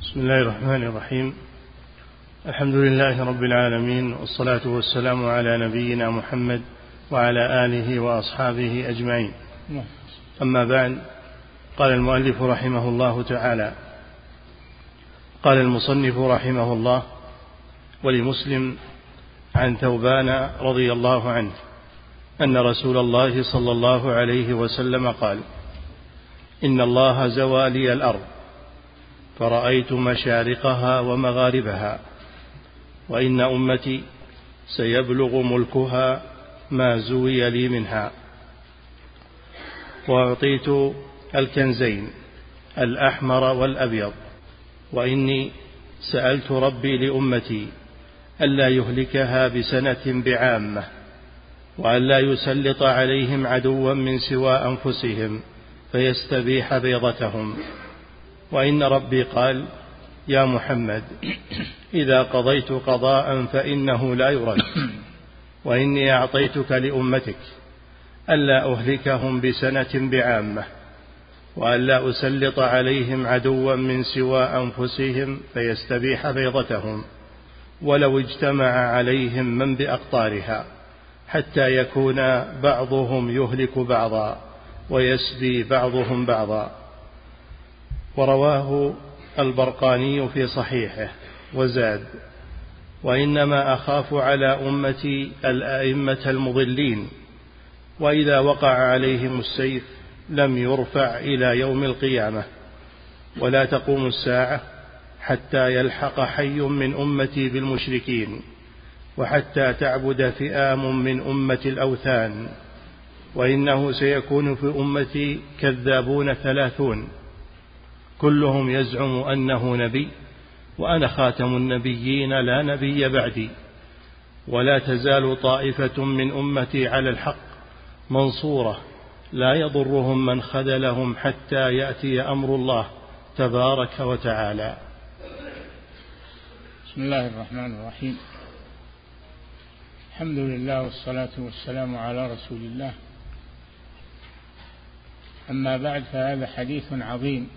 بسم الله الرحمن الرحيم. الحمد لله رب العالمين، والصلاة والسلام على نبينا محمد وعلى آله وأصحابه أجمعين. أما بعد، قال المؤلف رحمه الله تعالى: قال المصنف رحمه الله: ولمسلم عن ثوبان رضي الله عنه أن رسول الله صلى الله عليه وسلم قال: إن الله زوى لي الأرض فرأيت مشارقها ومغاربها، وإن أمتي سيبلغ ملكها ما زوي لي منها، وأعطيت الكنزين الأحمر والأبيض، وإني سألت ربي لأمتي ألا يهلكها بسنة بعامة، وألا يسلط عليهم عدوا من سوى أنفسهم فيستبيح بيضتهم. وإن ربي قال: يا محمد، إذا قضيت قضاء فإنه لا يرد، وإني أعطيتك لأمتك ألا أهلكهم بسنة بعامة، وألا أسلط عليهم عدوا من سوى أنفسهم فيستبيح بيضتهم، ولو اجتمع عليهم من بأقطارها حتى يكون بعضهم يهلك بعضا ويسبي بعضهم بعضا. ورواه البرقاني في صحيحه وزاد: وإنما أخاف على أمتي الأئمة المضلين، وإذا وقع عليهم السيف لم يرفع إلى يوم القيامة، ولا تقوم الساعة حتى يلحق حي من أمتي بالمشركين، وحتى تعبد فئام من أمة الأوثان، وإنه سيكون في أمتي كذابون 30 كلهم يزعم أنه نبي، وأنا خاتم النبيين لا نبي بعدي، ولا تزال طائفة من أمتي على الحق منصورة لا يضرهم من خذلهم حتى يأتي أمر الله تبارك وتعالى. بسم الله الرحمن الرحيم. الحمد لله والصلاة والسلام على رسول الله. أما بعد، فهذا حديث عظيم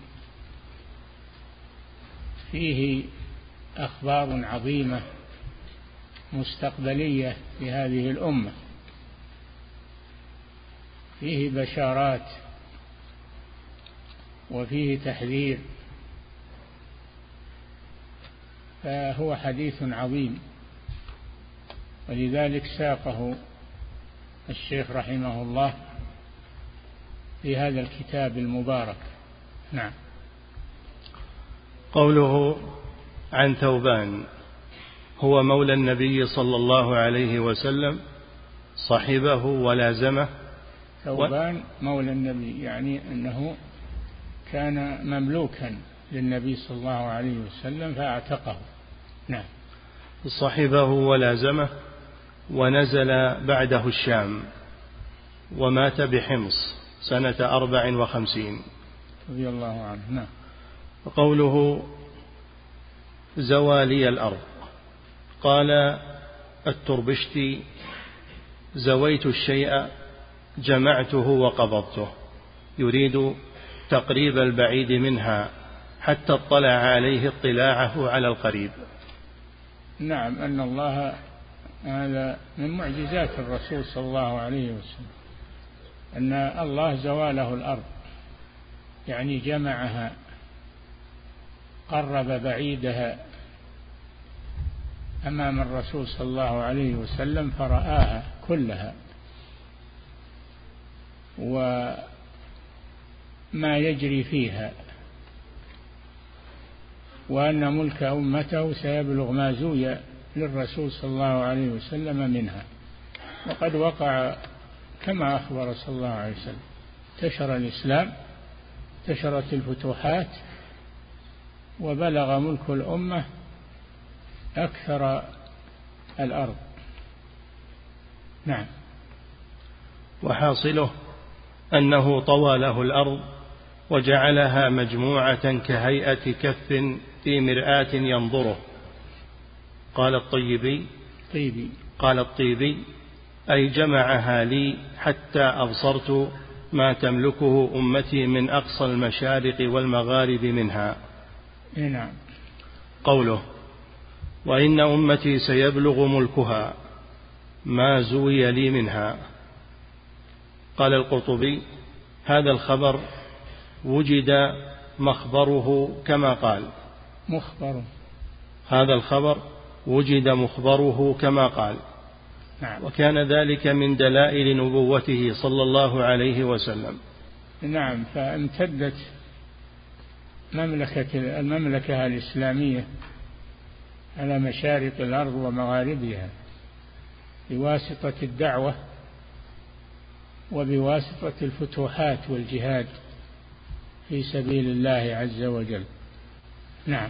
فيه أخبار عظيمة مستقبلية في هذه الأمة، فيه بشارات وفيه تحذير، فهو حديث عظيم، ولذلك ساقه الشيخ رحمه الله في هذا الكتاب المبارك. نعم. قوله عن ثوبان، هو مولى النبي صلى الله عليه وسلم، صحبه ولازمه. ثوبان مولى النبي، يعني أنه كان مملوكا للنبي صلى الله عليه وسلم فاعتقه. نعم. صحبه ولازمه، ونزل بعده الشام، ومات بحمص سنة 54 رضي الله عنه. نعم. وقوله زوالي الأرض، قال التربشتي: زويت الشيء جمعته وقبضته، يريد تقريب البعيد منها حتى اطلع عليه اطلاعه على القريب. نعم، أن الله، هذا من معجزات الرسول صلى الله عليه وسلم، أن الله زواله الأرض، يعني جمعها، قرب بعيدها أمام الرسول صلى الله عليه وسلم فرآها كلها، وما يجري فيها، وأن ملك أمته سيبلغ ما زوي للرسول صلى الله عليه وسلم منها. وقد وقع كما أخبر صلى الله عليه وسلم، انتشر الإسلام، انتشرت الفتوحات، وبلغ ملك الأمة أكثر الأرض. نعم. وحاصله أنه طوى له الأرض وجعلها مجموعة كهيئة كف في مرآة ينظره. قال الطيبي: أي جمعها لي حتى أبصرت ما تملكه أمتي من أقصى المشارق والمغارب منها. نعم. قوله: وإن أمتي سيبلغ ملكها ما زوي لي منها. قال القرطبي: هذا الخبر وجد مخبره كما قال. هذا الخبر وجد مخبره كما قال. نعم. وكان ذلك من دلائل نبوته صلى الله عليه وسلم. نعم. فامتدت المملكة الإسلامية على مشارق الأرض ومغاربها بواسطة الدعوة وبواسطة الفتوحات والجهاد في سبيل الله عز وجل. نعم.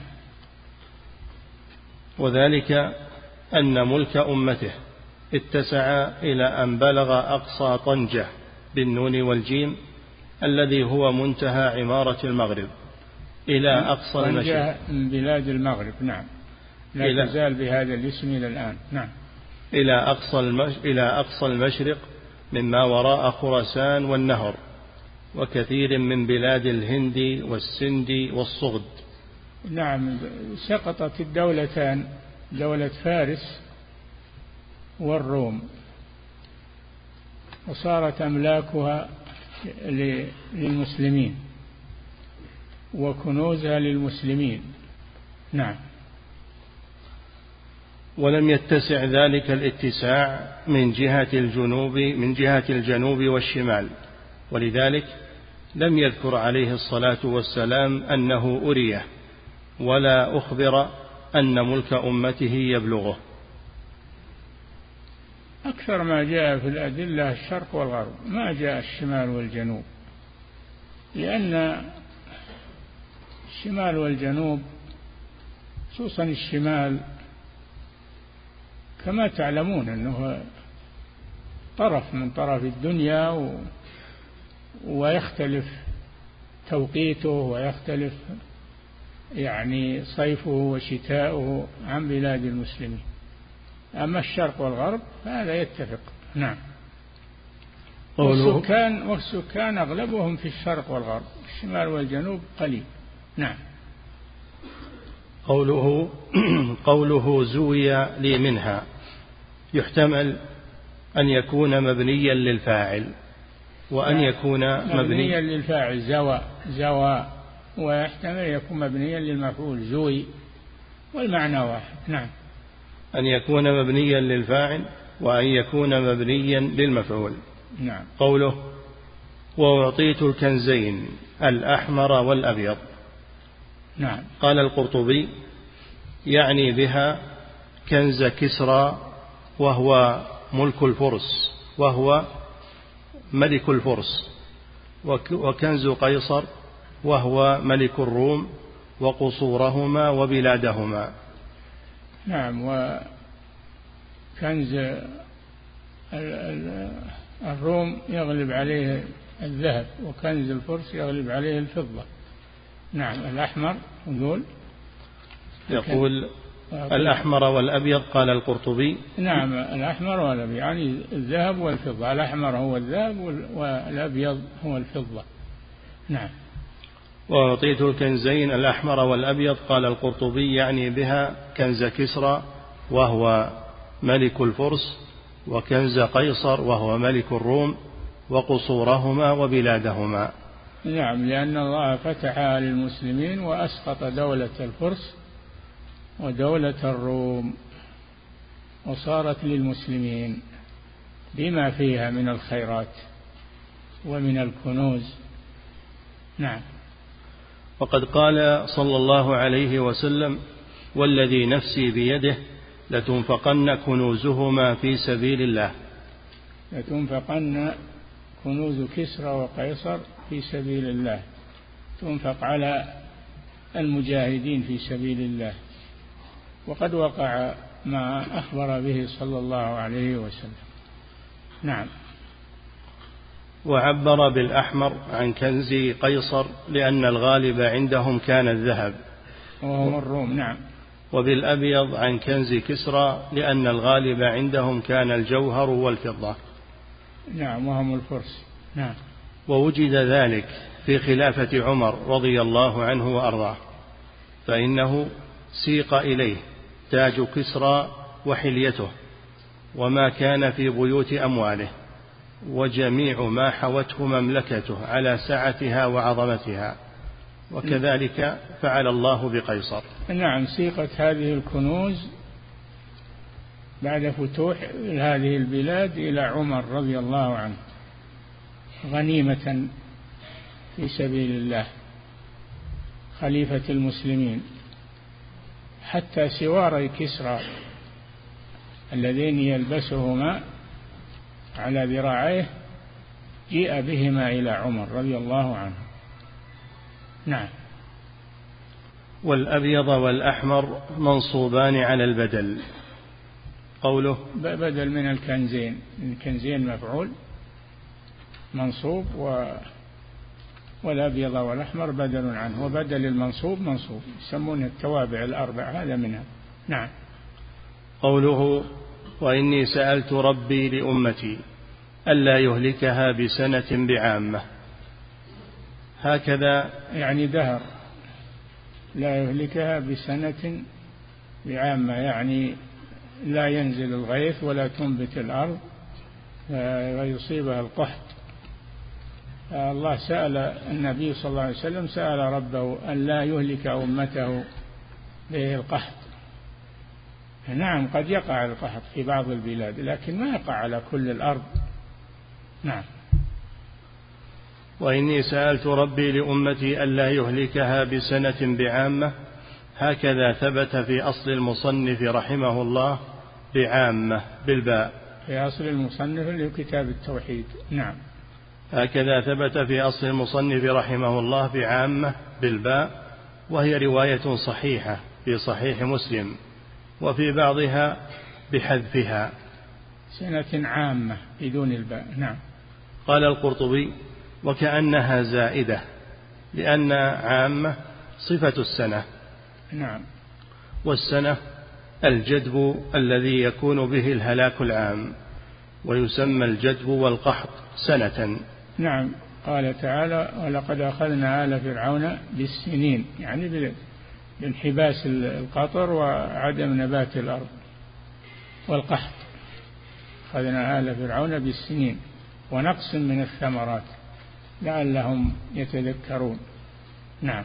وذلك أن ملك أمته اتسع إلى أن بلغ أقصى طنجة بالنون والجيم الذي هو منتهى عمارة المغرب إلى أقصى المشرق من بلاد المغرب. نعم. لا تزال بهذا الاسم إلى الآن. نعم. إلى أقصى المشرق مما وراء خراسان والنهر وكثير من بلاد الهند والسند والصغد. نعم. سقطت الدولتان، دولة فارس والروم، وصارت أملاكها للمسلمين وكنوزها للمسلمين. نعم. ولم يتسع ذلك الاتساع من جهة الجنوب والشمال، ولذلك لم يذكر عليه الصلاة والسلام أنه أريه ولا أخبر أن ملك أمته يبلغه. أكثر ما جاء في الأدلة الشرق والغرب، ما جاء الشمال والجنوب، لأن الشمال والجنوب خصوصا الشمال كما تعلمون أنه طرف من طرف الدنيا ويختلف توقيته ويختلف يعني صيفه وشتاؤه عن بلاد المسلمين. أما الشرق والغرب فهذا يتفق. نعم. والسكان أغلبهم في الشرق والغرب، الشمال والجنوب قليل. نعم. قوله زوي لي منها يحتمل أن يكون مبنيا للفاعل وأن يكون مبنيا للفاعل زوى، ويحتمل يكون مبنيا للمفعول زوي، والمعنى واحد. نعم. أن يكون مبنيا للفاعل وأن يكون مبنيا للمفعول. نعم. قوله: وأعطيت الكنزين الأحمر والأبيض. نعم. قال القرطبي: يعني بها كنز كسرى وهو ملك الفرس، وكنز قيصر وهو ملك الروم، وقصورهما وبلادهما. نعم. وكنز الروم يغلب عليه الذهب، وكنز الفرس يغلب عليه الفضة. نعم. الأحمر يقول الأحمر والأبيض. قال القرطبي: نعم. الأحمر والأبيض يعني الذهب والفضة، الأحمر هو الذهب والأبيض هو الفضة. نعم. وأعطيت الكنزين الأحمر والأبيض. قال القرطبي: يعني بها كنز كسرى وهو ملك الفرس، وكنز قيصر وهو ملك الروم، وقصورهما وبلادهما. نعم. لأن الله فتحها للمسلمين وأسقط دولة الفرس ودولة الروم، وصارت للمسلمين بما فيها من الخيرات ومن الكنوز. نعم. وقد قال صلى الله عليه وسلم: والذي نفسي بيده لتنفقن كنوزهما في سبيل الله. لتنفقن كنوز كسرى وقيصر في سبيل الله، تنفق على المجاهدين في سبيل الله. وقد وقع ما أخبر به صلى الله عليه وسلم. نعم. وعبر بالأحمر عن كنز قيصر لأن الغالب عندهم كان الذهب وهم الروم. نعم. وبالأبيض عن كنز كسرى لأن الغالب عندهم كان الجوهر والفضة. نعم. وهم الفرس. نعم. ووجد ذلك في خلافة عمر رضي الله عنه وأرضاه، فإنه سيق إليه تاج كسرى وحليته وما كان في بيوت أمواله وجميع ما حوته مملكته على سعتها وعظمتها، وكذلك فعل الله بقيصر. نعم، سيقت هذه الكنوز بعد فتوح هذه البلاد إلى عمر رضي الله عنه غنيمة في سبيل الله خليفة المسلمين، حتى سواري كسرى اللذين يلبسهما على ذراعيه جيء بهما إلى عمر رضي الله عنه. نعم. والأبيض والأحمر منصوبان على البدل. قوله بدل من الكنزين، الكنزين مفعول منصوب والأبيض والأحمر بدل عنه، وبدل المنصوب منصوب، يسمونه التوابع الأربع، هذا منها. نعم. قوله وإني سألت ربي لأمتي ألا يهلكها بسنة بعامة، هكذا يعني دهر، لا يهلكها بسنة بعامة، يعني لا ينزل الغيث ولا تنبت الأرض ويصيبها القحط. الله سأل النبي صلى الله عليه وسلم سأل ربه أن لا يهلك أمته بالقحط. نعم، قد يقع القحط في بعض البلاد لكن ما يقع على كل الأرض. نعم. وإني سألت ربي لأمتي ألا يهلكها بسنة بعامة، هكذا ثبت في أصل المصنف رحمه الله بعامة بالباء، في أصل المصنف لكتاب التوحيد. نعم. هكذا ثبت في أصل المصنف رحمه الله بعامة بالباء، وهي رواية صحيحة في صحيح مسلم، وفي بعضها بحذفها سنة عامة بدون الباء. نعم. قال القرطبي وكأنها زائدة، لأن عامة صفة السنة. نعم. والسنة الجدب الذي يكون به الهلاك العام، ويسمى الجدب والقحط سنة. نعم. قال تعالى ولقد أخذنا آل فرعون بالسنين، يعني بانحباس القطر وعدم نبات الأرض والقحط. أخذنا آل فرعون بالسنين ونقص من الثمرات لعلهم يتذكرون. نعم.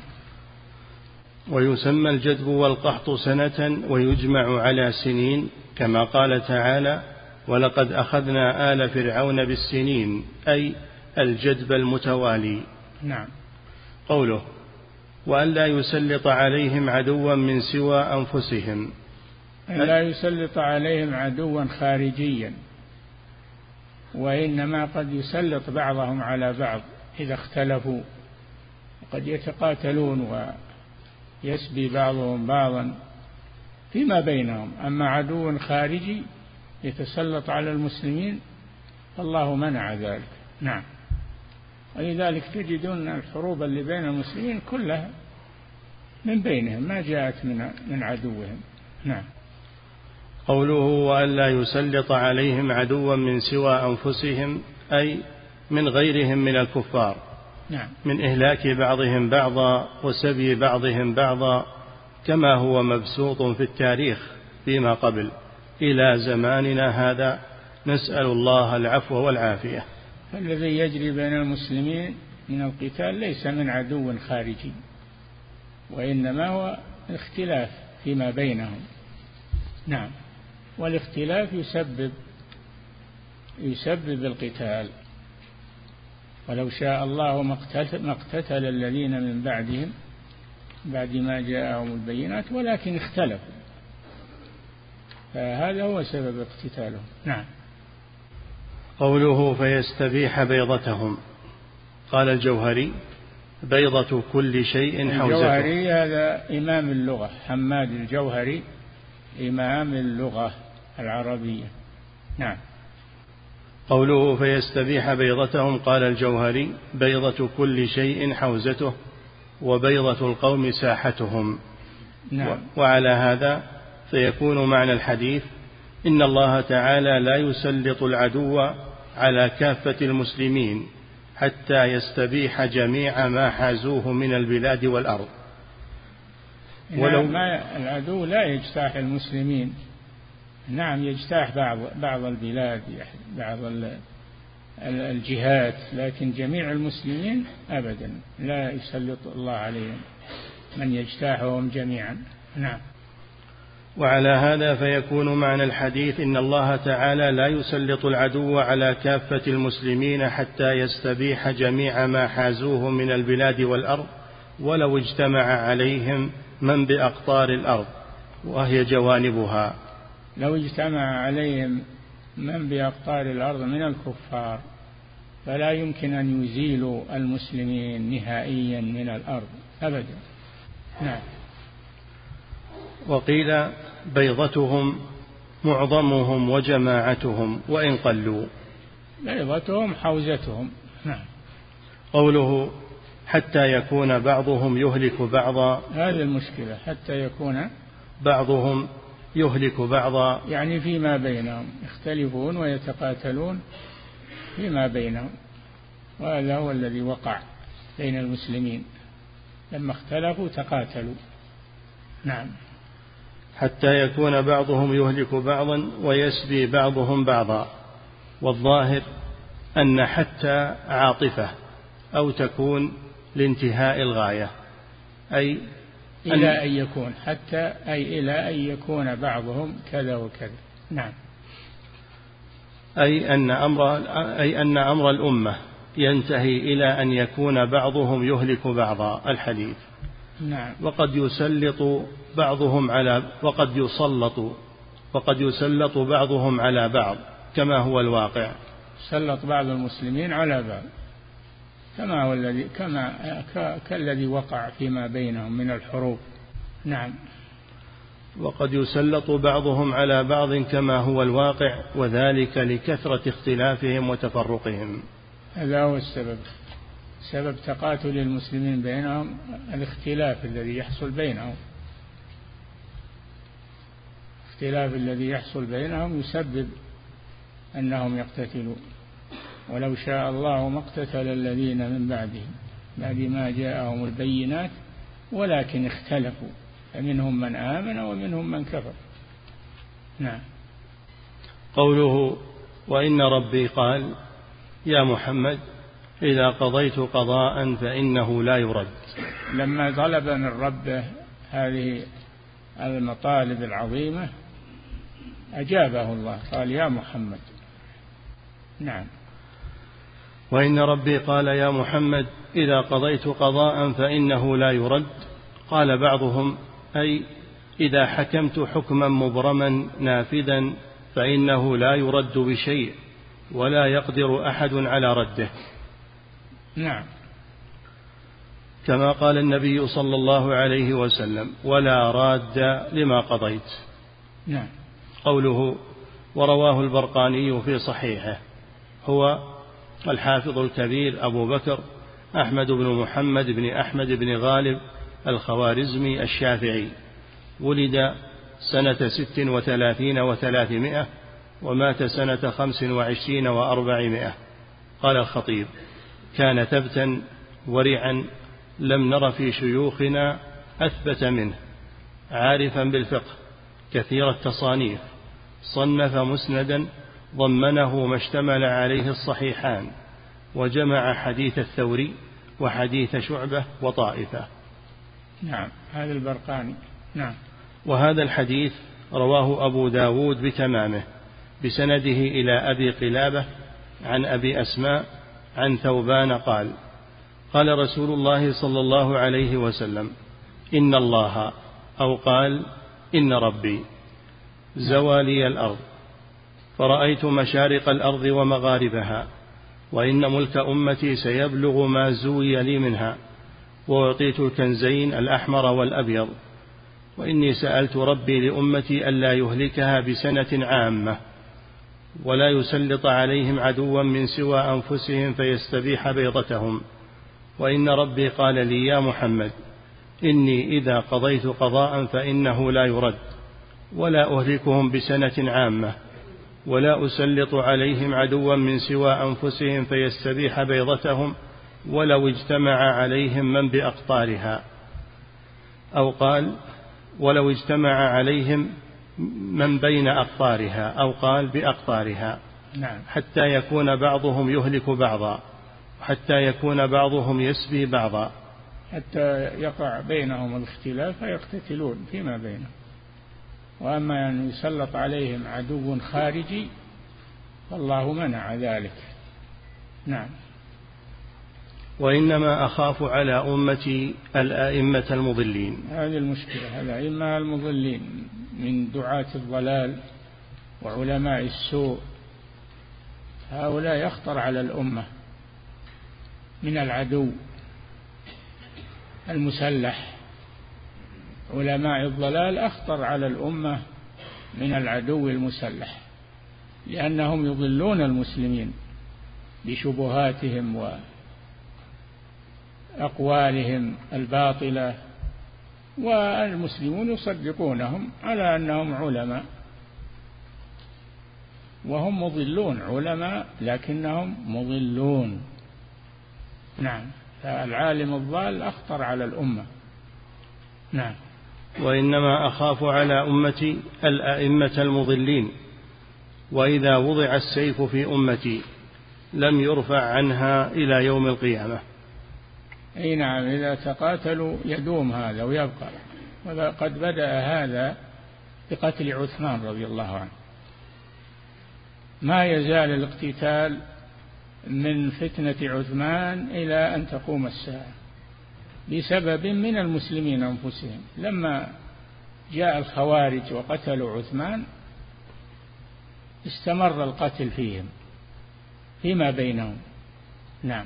ويسمى الجدب والقحط سنة ويجمع على سنين، كما قال تعالى ولقد أخذنا آل فرعون بالسنين، أي الجدب المتوالي. نعم. قوله وأن لا يسلط عليهم عدوا من سوى أنفسهم، أن لا يسلط عليهم عدوا خارجيا، وإنما قد يسلط بعضهم على بعض إذا اختلفوا، وقد يتقاتلون ويسبي بعضهم بعضا فيما بينهم. أما عدو خارجي يتسلط على المسلمين فالله منع ذلك. نعم. ولذلك تجدون الحروب اللي بين المسلمين كلها من بينهم، ما جاءت من عدوهم. نعم. قوله وأن لا يسلط عليهم عدوا من سوى أنفسهم، أي من غيرهم من الكفار. نعم. من إهلاك بعضهم بعضا وسبي بعضهم بعضا، كما هو مبسوط في التاريخ فيما قبل إلى زماننا هذا، نسأل الله العفو والعافية. الذي يجري بين المسلمين من القتال ليس من عدو خارجي، وإنما هو اختلاف فيما بينهم. نعم. والاختلاف يسبب القتال، ولو شاء الله ما اقتتل الذين من بعدهم بعد ما جاءهم البينات ولكن اختلفوا، فهذا هو سبب اقتتالهم. نعم. قوله فيستبيح بيضتهم، قال الجوهري بيضة كل شيء حوزته. الجوهري هذا إمام اللغة، حماد الجوهري إمام اللغة العربية. نعم. قوله فيستبيح بيضتهم، قال الجوهري بيضة كل شيء حوزته، وبيضة القوم ساحتهم. نعم. وعلى هذا فيكون معنى الحديث إن الله تعالى لا يسلط العدو على كافة المسلمين حتى يستبيح جميع ما حازوه من البلاد والأرض، ولو العدو لا يجتاح المسلمين، نعم يجتاح بعض البلاد، بعض الجهات، لكن جميع المسلمين أبدا لا يسلط الله عليهم من يجتاحهم جميعا. نعم. وعلى هذا فيكون معنى الحديث إن الله تعالى لا يسلط العدو على كافة المسلمين حتى يستبيح جميع ما حازوه من البلاد والأرض ولو اجتمع عليهم من بأقطار الأرض وهي جوانبها. لو اجتمع عليهم من بأقطار الأرض من الكفار فلا يمكن أن يزيلوا المسلمين نهائيا من الأرض أبدا. نعم. وقيل بيضتهم معظمهم وجماعتهم وإن قلوا. بيضتهم حوزتهم. نعم. قوله حتى يكون بعضهم يهلك بعضا، هذه المشكلة، حتى يكون بعضهم يهلك بعضا، يعني فيما بينهم يختلفون ويتقاتلون فيما بينهم، وهذا هو الذي وقع بين المسلمين لما اختلفوا تقاتلوا. نعم. حتى يكون بعضهم يهلك بعضا ويسبي بعضهم بعضا. والظاهر أن حتى عاطفة أو تكون لانتهاء الغاية، أي إلى أن يكون، حتى أي إلى أن يكون بعضهم كذا وكذا. نعم. أي أن أمر الأمة ينتهي إلى أن يكون بعضهم يهلك بعضا. الحديث. نعم. وقد يسلط بعضهم على بعض كما هو الواقع. سلط بعض المسلمين على بعض كما هو كالذي وقع فيما بينهم من الحروب. نعم. وقد يسلط بعضهم على بعض كما هو الواقع، وذلك لكثرة اختلافهم وتفرقهم. هذا هو السبب، سبب تقاتل المسلمين بينهم الاختلاف الذي يحصل بينهم. الاختلاف الذي يحصل بينهم يسبب أنهم يقتتلون. ولو شاء الله ما اقتتل الذين من بعدهم بعد ما جاءهم البينات ولكن اختلفوا فمنهم من آمن ومنهم من كفر. نعم. قوله وإن ربي قال يا محمد إذا قضيت قضاء فإنه لا يرد. لما طلب من ربه هذه المطالب العظيمة أجابه الله، قال يا محمد. نعم. وإن ربي قال يا محمد إذا قضيت قضاء فإنه لا يرد. قال بعضهم أي إذا حكمت حكما مبرما نافذا فإنه لا يرد بشيء ولا يقدر أحد على رده. نعم. كما قال النبي صلى الله عليه وسلم ولا راد لما قضيت. نعم. قوله ورواه البرقاني في صحيحه، هو الحافظ الكبير أبو بكر أحمد بن محمد بن أحمد بن غالب الخوارزمي الشافعي، ولد سنة 36 و300 ومات سنة 25 و400. قال الخطيب كان ثبتا ورعا لم نر في شيوخنا أثبت منه، عارفا بالفقه كثير التصانيف، صنف مسندا ضمنه ما اشتمل عليه الصحيحان، وجمع حديث الثوري وحديث شعبة وطائفة. نعم. هذا البرقاني. نعم. وهذا الحديث رواه أبو داود بتمامه بسنده إلى أبي قلابة عن أبي أسماء عن ثوبان قال قال رسول الله صلى الله عليه وسلم إن الله أو قال إن ربي زوالي الأرض فرأيت مشارق الأرض ومغاربها، وإن ملك أمتي سيبلغ ما زوي لي منها، وأعطيت الكنزين الأحمر والأبيض، وإني سألت ربي لأمتي ألا يهلكها بسنة عامة ولا يسلط عليهم عدوا من سوى أنفسهم فيستبيح بيضتهم، وإن ربي قال لي يا محمد إني إذا قضيت قضاء فإنه لا يرد ولا أهلكهم بسنة عامة ولا أسلط عليهم عدوا من سوى أنفسهم فيستبيح بيضتهم ولو اجتمع عليهم من بأقطارها. أو قال ولو اجتمع عليهم من بين أقطارها، أو قال بأقطارها. نعم. حتى يكون بعضهم يهلك بعضا، حتى يكون بعضهم يسبي بعضا، حتى يقع بينهم الاختلاف فيقتتلون فيما بينهم. وأما أن يسلط عليهم عدو خارجي فالله منع ذلك. نعم. وإنما أخاف على أمتي الأئمة المضلين. هذه المشكلة، الأئمة المضلين من دعاة الضلال وعلماء السوء، هؤلاء يخطر على الأمة من العدو المسلح. علماء الضلال أخطر على الأمة من العدو المسلح، لأنهم يضلون المسلمين بشبهاتهم وأقوالهم الباطلة، والمسلمون يصدقونهم على أنهم علماء وهم مضلون، علماء لكنهم مضلون. نعم. فالعالم الضال أخطر على الأمة. نعم. وإنما أخاف على أمتي الأئمة المضلين، وإذا وضع السيف في أمتي لم يرفع عنها إلى يوم القيامة. أي نعم، إذا تقاتلوا يدوم هذا ويبقى. وقد بدأ هذا بقتل عثمان رضي الله عنه. ما يزال الاقتتال من فتنة عثمان إلى أن تقوم الساعة بسبب من المسلمين أنفسهم. لما جاء الخوارج وقتلوا عثمان استمر القتل فيهم فيما بينهم. نعم.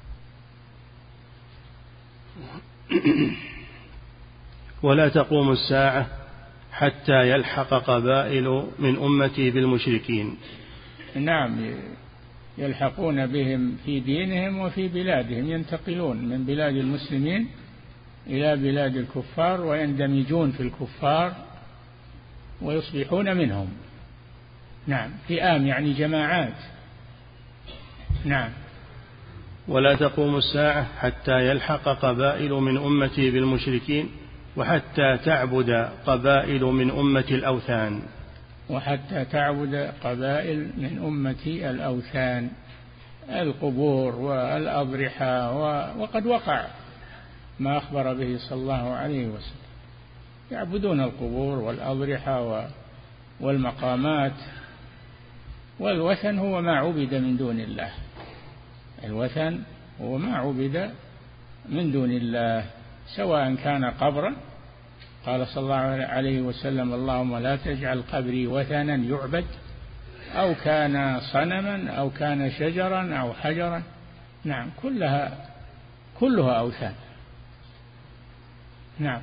ولا تقوم الساعة حتى يلحق قبائل من أمتي بالمشركين. نعم، يلحقون بهم في دينهم وفي بلادهم، ينتقلون من بلاد المسلمين إلى بلاد الكفار ويندمجون في الكفار ويصبحون منهم. نعم، فئام يعني جماعات. نعم. ولا تقوم الساعة حتى يلحق قبائل من أمتي بالمشركين، وحتى تعبد قبائل من أمتي الأوثان. وحتى تعبد قبائل من أمتي الأوثان، القبور والأضرحة. وقد وقع ما أخبر به صلى الله عليه وسلم، يعبدون القبور والأضرحة والمقامات. والوثن هو ما عبد من دون الله، الوثن هو ما عبد من دون الله، سواء كان قبرا، قال صلى الله عليه وسلم: اللهم لا تجعل قبري وثنا يعبد، أو كان صنما، أو كان شجرا أو حجرا. نعم، كلها أوثان. نعم.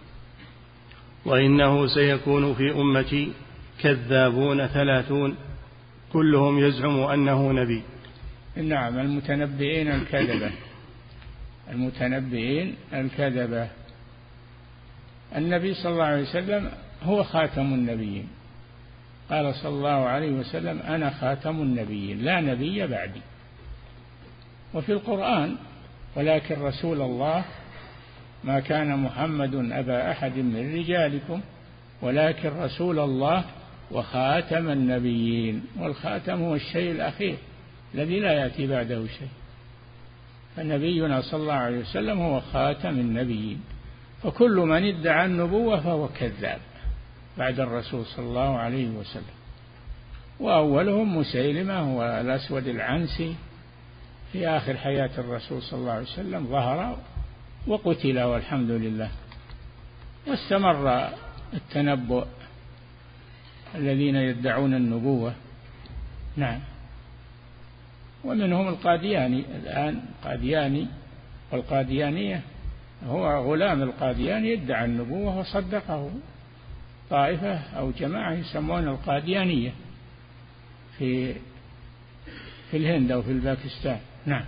وإنه سيكون في أمتي كذابون 30 كلهم يزعم أنه نبي. نعم، المتنبئين الكذبة، المتنبئين الكذبة. النبي صلى الله عليه وسلم هو خاتم النبيين، قال صلى الله عليه وسلم: أنا خاتم النبيين لا نبي بعدي. وفي القرآن: ولكن رسول الله ما كان محمد أبا أحد من رجالكم ولكن رسول الله وخاتم النبيين. والخاتم هو الشيء الأخير الذي لا يأتي بعده شيء، فنبينا صلى الله عليه وسلم هو خاتم النبيين. فكل من ادعى النبوة فهو كذاب بعد الرسول صلى الله عليه وسلم. وأولهم مسيلمة والأسود العنسي في آخر حياة الرسول صلى الله عليه وسلم، ظهر وقتل والحمد لله. واستمر التنبؤ الذين يدعون النبوة. نعم. ومنهم القادياني الآن، قادياني والقاديانية، هو غلام القادياني يدعي النبوة وصدقه طائفة أو جماعة يسمون القاديانية في الهند أو في الباكستان. نعم.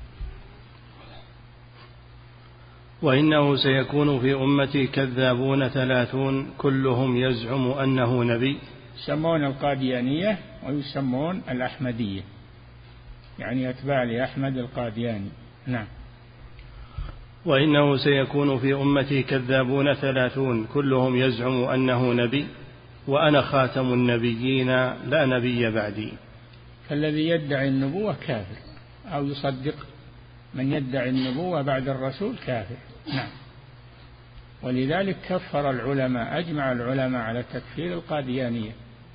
وإنه سيكون في أمتي كذابون 30 كلهم يزعم أنه نبي. يسمون القاديانية ويسمون الأحمدية، يعني أتباع لأحمد القادياني. نعم. وإنه سيكون في أمتي كذابون 30 كلهم يزعم أنه نبي وأنا خاتم النبيين لا نبي بعدي. فالذي يدعي النبوة كافر، أو يصدق من يدعي النبوة بعد الرسول كافر. نعم. ولذلك كفر العلماء، أجمع العلماء على تكفير القاديانية.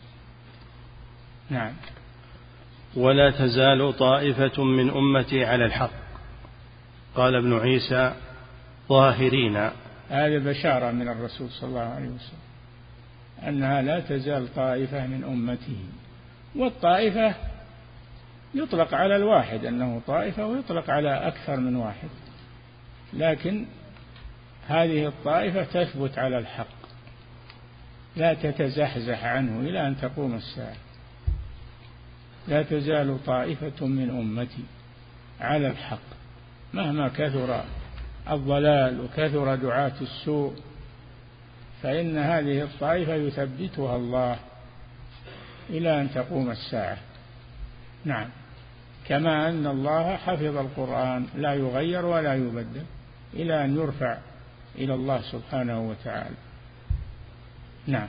نعم. ولا تزال طائفة من أمتي على الحق. قال ابن عيسى ظاهرين. هذا بشارة من الرسول صلى الله عليه وسلم أنها لا تزال طائفة من أمته. والطائفة يطلق على الواحد أنه طائفة، ويطلق على أكثر من واحد، لكن هذه الطائفة تثبت على الحق لا تتزحزح عنه إلى أن تقوم الساعة. لا تزال طائفة من أمتي على الحق مهما كثر الضلال وكثر دعاة السوء، فإن هذه الطائفة يثبتها الله إلى أن تقوم الساعة. نعم. كما أن الله حفظ القرآن لا يغير ولا يبدل إلى أن يرفع إلى الله سبحانه وتعالى. نعم.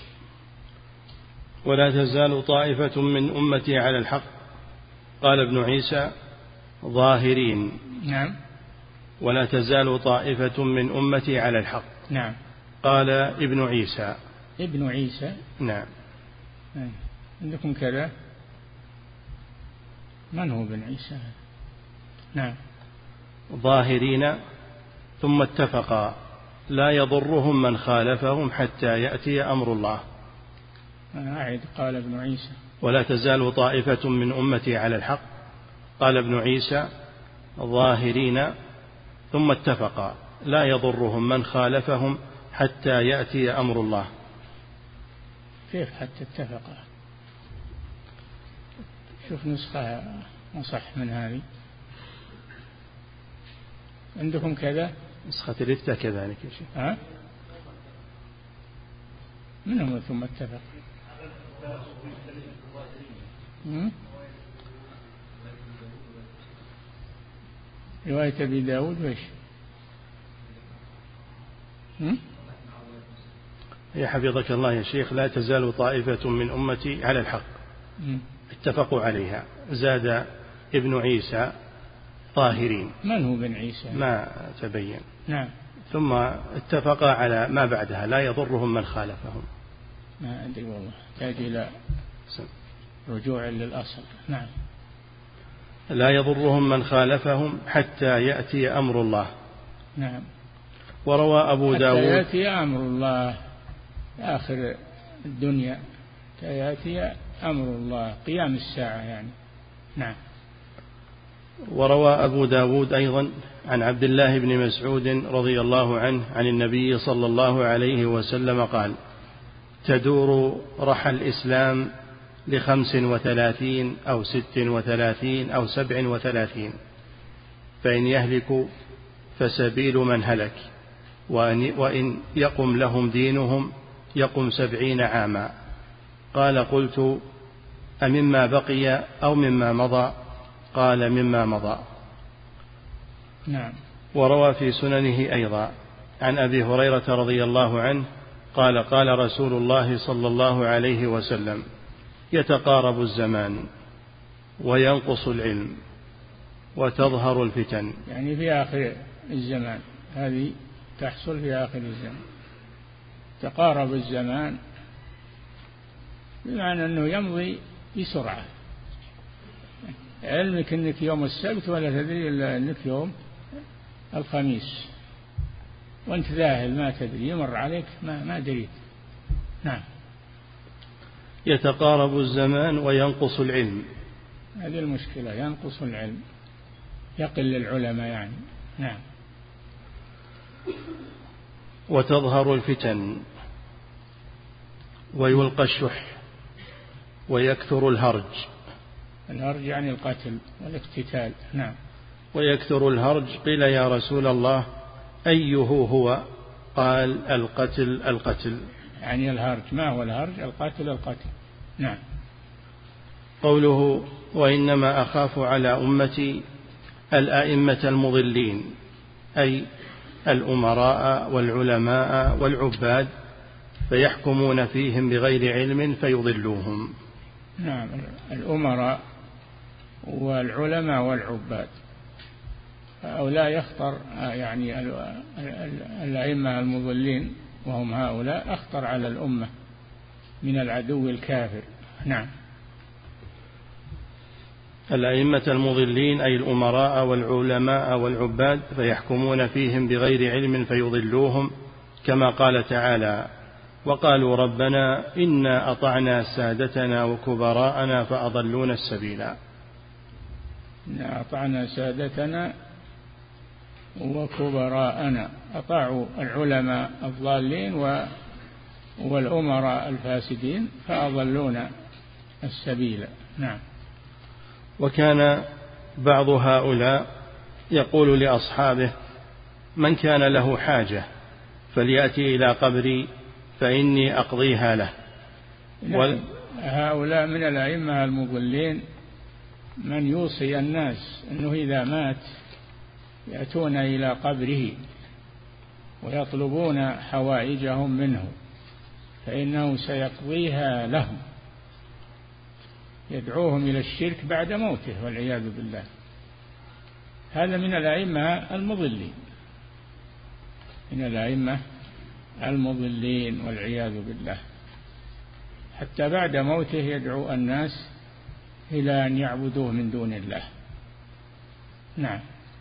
ولا تزال طائفة من أمتي على الحق. قال ابن عيسى ظاهرين. نعم. ولا تزال طائفة من أمتي على الحق. نعم. قال ابن عيسى. ابن عيسى. نعم. عندكم كذا؟ من هو ابن عيسى؟ نعم. ظاهرين ثم اتفقا لا يضرهم من خالفهم حتى يأتي أمر الله. أنا أعد. قال ابن عيسى ولا تزال طائفة من أمتي على الحق. قال ابن عيسى ظاهرين ثم اتفقا لا يضرهم من خالفهم حتى يأتي أمر الله. كيف حتى اتفقا؟ شوف نسخة أصح من هذه. عندكم كذا؟ نسخة الإفتاء كذلك يا شيخ. ها؟ من هو ثم اتفق؟ رواية أبي داود وإيش؟ يا حفظك الله يا شيخ لا تزال طائفة من أمتي على الحق. اتفقوا عليها. زاد ابن عيسى ظاهرين. من هو ابن عيسى؟ ما تبين. نعم. ثم اتفقا على ما بعدها لا يضرهم من خالفهم. ما أدري والله، تحتاج إلى رجوع للأصل. نعم. لا يضرهم من خالفهم حتى يأتي أمر الله. نعم. وروى أبو داود حتى يأتي أمر الله آخر الدنيا، حتى يأتي أمر الله قيام الساعة يعني. نعم. وروى أبو داود أيضا عن عبد الله بن مسعود رضي الله عنه عن النبي صلى الله عليه وسلم قال تدور رحى الإسلام 35 أو 36 أو 37 فإن يهلك فسبيل من هلك وإن يقم لهم دينهم يقم 70 عاما. قال قلت أمما بقي أو مما مضى؟ قال مما مضى. نعم. وروى في سننه أيضا عن أبي هريرة رضي الله عنه قال قال رسول الله صلى الله عليه وسلم يتقارب الزمان وينقص العلم وتظهر الفتن. يعني في آخر الزمان، هذه تحصل في آخر الزمان. تقارب الزمان بمعنى أنه يمضي بسرعة. علمك أنك يوم السبت ولا تدري إلا أنك يوم الخميس، وأنت ذاهل ما تدري، يمر عليك ما دريت. نعم. يتقارب الزمان وينقص العلم. هذه المشكلة، ينقص العلم، يقل العلماء يعني. نعم. وتظهر الفتن ويلقى الشح ويكثر الهرج. الهرج يعني القتل والاقتتال. نعم. ويكثر الهرج. قيل يا رسول الله أيه هو؟ قال القتل. يعني الهرج، ما هو الهرج؟ القتل. نعم. قوله وإنما أخاف على أمتي الأئمة المضلين. أي الأمراء والعلماء والعباد فيحكمون فيهم بغير علم فيضلوهم. نعم، الأمراء والعلماء والعباد هؤلاء يخطر، يعني الأئمة المضلين وهم هؤلاء أخطر على الأمة من العدو الكافر. نعم. الأئمة المضلين أي الأمراء والعلماء والعباد فيحكمون فيهم بغير علم فيضلوهم، كما قال تعالى: وقالوا ربنا إنا أطعنا سادتنا وكبراءنا فأضلونا السبيلا. إنا أطعنا سادتنا وكبراءنا، أطاعوا العلماء الضالين والأمراء الفاسدين فأضلونا السبيل. نعم. وكان بعض هؤلاء يقول لأصحابه: من كان له حاجة فليأتي إلى قبري فإني أقضيها له. هؤلاء من الأئمة المضلين من يوصي الناس أنه إذا مات يأتون إلى قبره ويطلبون حوائجهم منه فإنه سيقضيها لهم، يدعوهم إلى الشرك بعد موته والعياذ بالله. هذا من الأئمة المضلين، من الأئمة المضلين والعياذ بالله، حتى بعد موته يدعو الناس إلى أن يعبدوه من دون الله. نعم.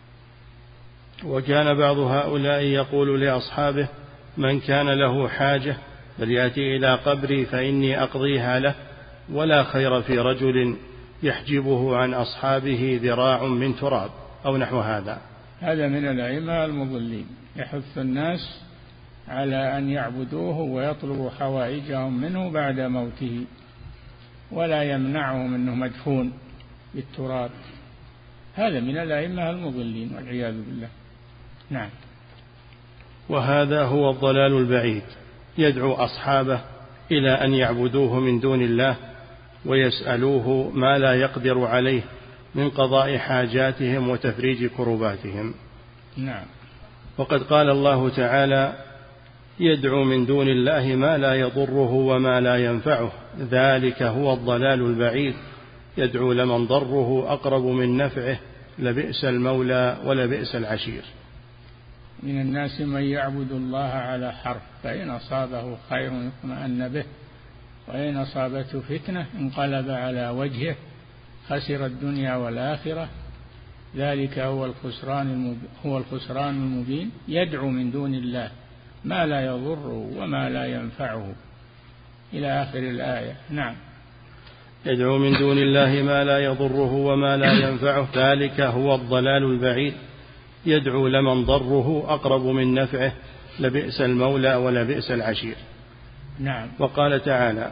وكان بعض هؤلاء يقول لأصحابه: من كان له حاجة فليأتي إلى قبري فإني أقضيها له، ولا خير في رجل يحجبه عن أصحابه ذراع من تراب أو نحو هذا. هذا من الأئمة المضلين، يحث الناس على أن يعبدوه ويطلبوا حوائجهم منه بعد موته، ولا يمنعهم أنه مدفون بالتراب. هذا من الأئمة المضلين والعياذ بالله. نعم. وهذا هو الضلال البعيد، يدعو أصحابه إلى أن يعبدوه من دون الله ويسألوه ما لا يقدر عليه من قضاء حاجاتهم وتفريج كرباتهم. نعم. وقد قال الله تعالى: يدعو من دون الله ما لا يضره وما لا ينفعه ذلك هو الضلال البعيد يدعو لمن ضره أقرب من نفعه لبئس المولى ولبئس العشير. من الناس من يعبد الله على حرف، فإن أصابه خير اطمأن به وإن أصابته فتنة انقلب على وجهه خسر الدنيا والآخرة ذلك هو الخسران المبين. يدعو من دون الله ما لا يضره وما لا ينفعه إلى آخر الآية. نعم. يدعو من دون الله ما لا يضره وما لا ينفعه ذلك هو الضلال البعيد يدعو لمن ضره أقرب من نفعه لبئس المولى ولبئس العشير. نعم. وقال تعالى: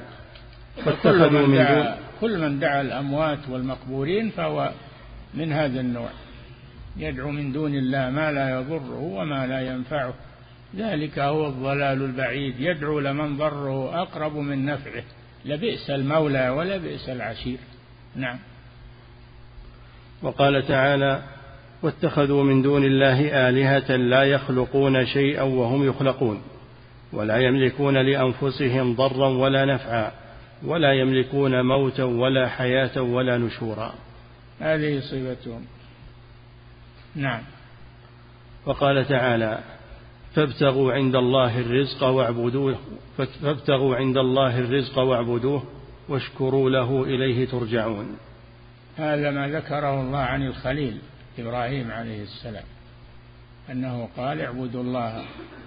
كل من دعا الأموات والمقبورين فهو من هذا النوع، يدعو من دون الله ما لا يضره وما لا ينفعه ذلك هو الضلال البعيد يدعو لمن ضره أقرب من نفعه لبئس المولى ولبئس العشير. نعم. وقال تعالى: واتخذوا من دون الله آلهة لا يخلقون شيئا وهم يخلقون ولا يملكون لأنفسهم ضرا ولا نفعا ولا يملكون موتا ولا حياة ولا نشورا. هذه صفتهم. نعم. وقال تعالى: فابتغوا عند الله الرزق واعبدوه واشكروا له إليه ترجعون. هذا ما ذكره الله عن الخليل إبراهيم عليه السلام أنه قال اعبدوا الله،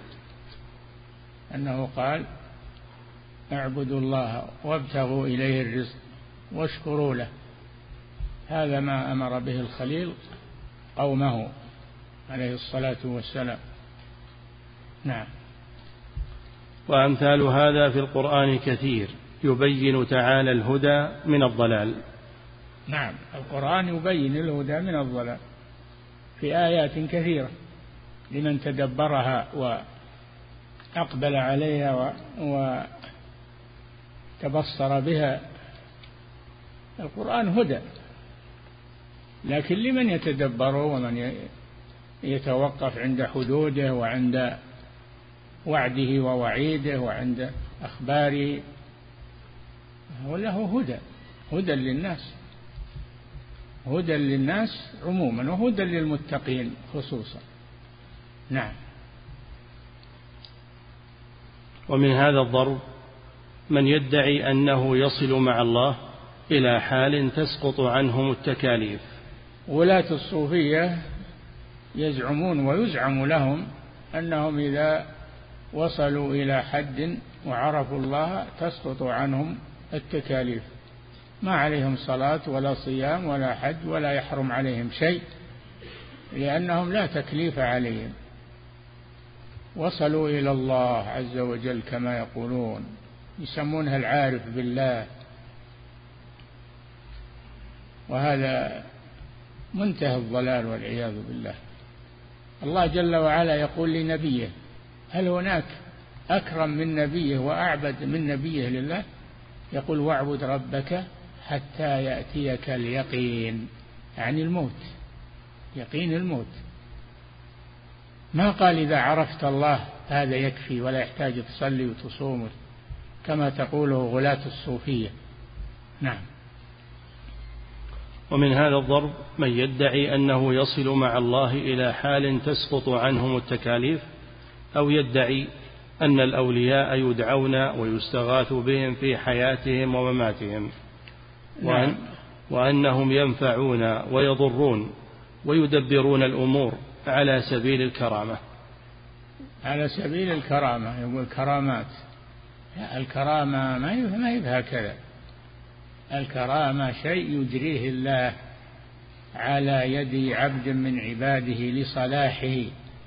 أنه قال اعبدوا الله وابتغوا إليه الرزق واشكروا له. هذا ما أمر به الخليل قومه عليه الصلاة والسلام. نعم. وأمثال هذا في القرآن كثير يبين تعالى الهدى من الضلال. نعم، القرآن يبين الهدى من الضلال في آيات كثيرة لمن تدبرها وأقبل عليها وتبصر بها. القرآن هدى، لكن لمن يتدبره ومن يتوقف عند حدوده وعند وعده ووعيده وعند أخباره، وله هدى للناس، هدى للناس عموما وهدى للمتقين خصوصا. نعم. ومن هذا الضرب من يدعي أنه يصل مع الله إلى حال تسقط عنهم التكاليف. ولاة الصوفية يزعمون ويزعم لهم أنهم إذا وصلوا إلى حد وعرفوا الله تسقط عنهم التكاليف، ما عليهم صلاة ولا صيام ولا حج ولا يحرم عليهم شيء، لأنهم لا تكليف عليهم، وصلوا إلى الله عز وجل كما يقولون، يسمونها العارف بالله. وهذا منتهى الضلال والعياذ بالله. الله جل وعلا يقول لنبيه: هل هناك أكرم من نبيه وأعبد من نبيه لله؟ يقول: واعبد ربك حتى يأتيك اليقين، يعني الموت، يقين الموت. ما قال إذا عرفت الله هذا يكفي ولا يحتاج تصلي وتصوم كما تقوله غلاة الصوفية. نعم. ومن هذا الضرب من يدعي أنه يصل مع الله إلى حال تسقط عنهم التكاليف، أو يدعي أن الأولياء يدعون ويستغاث بهم في حياتهم ومماتهم، وأنهم ينفعون ويضرون ويدبرون الأمور على سبيل الكرامة. على سبيل الكرامة، يقول كرامات. الكرامة ما هي هكذا. الكرامة شيء يجريه الله على يد عبد من عباده لصلاحه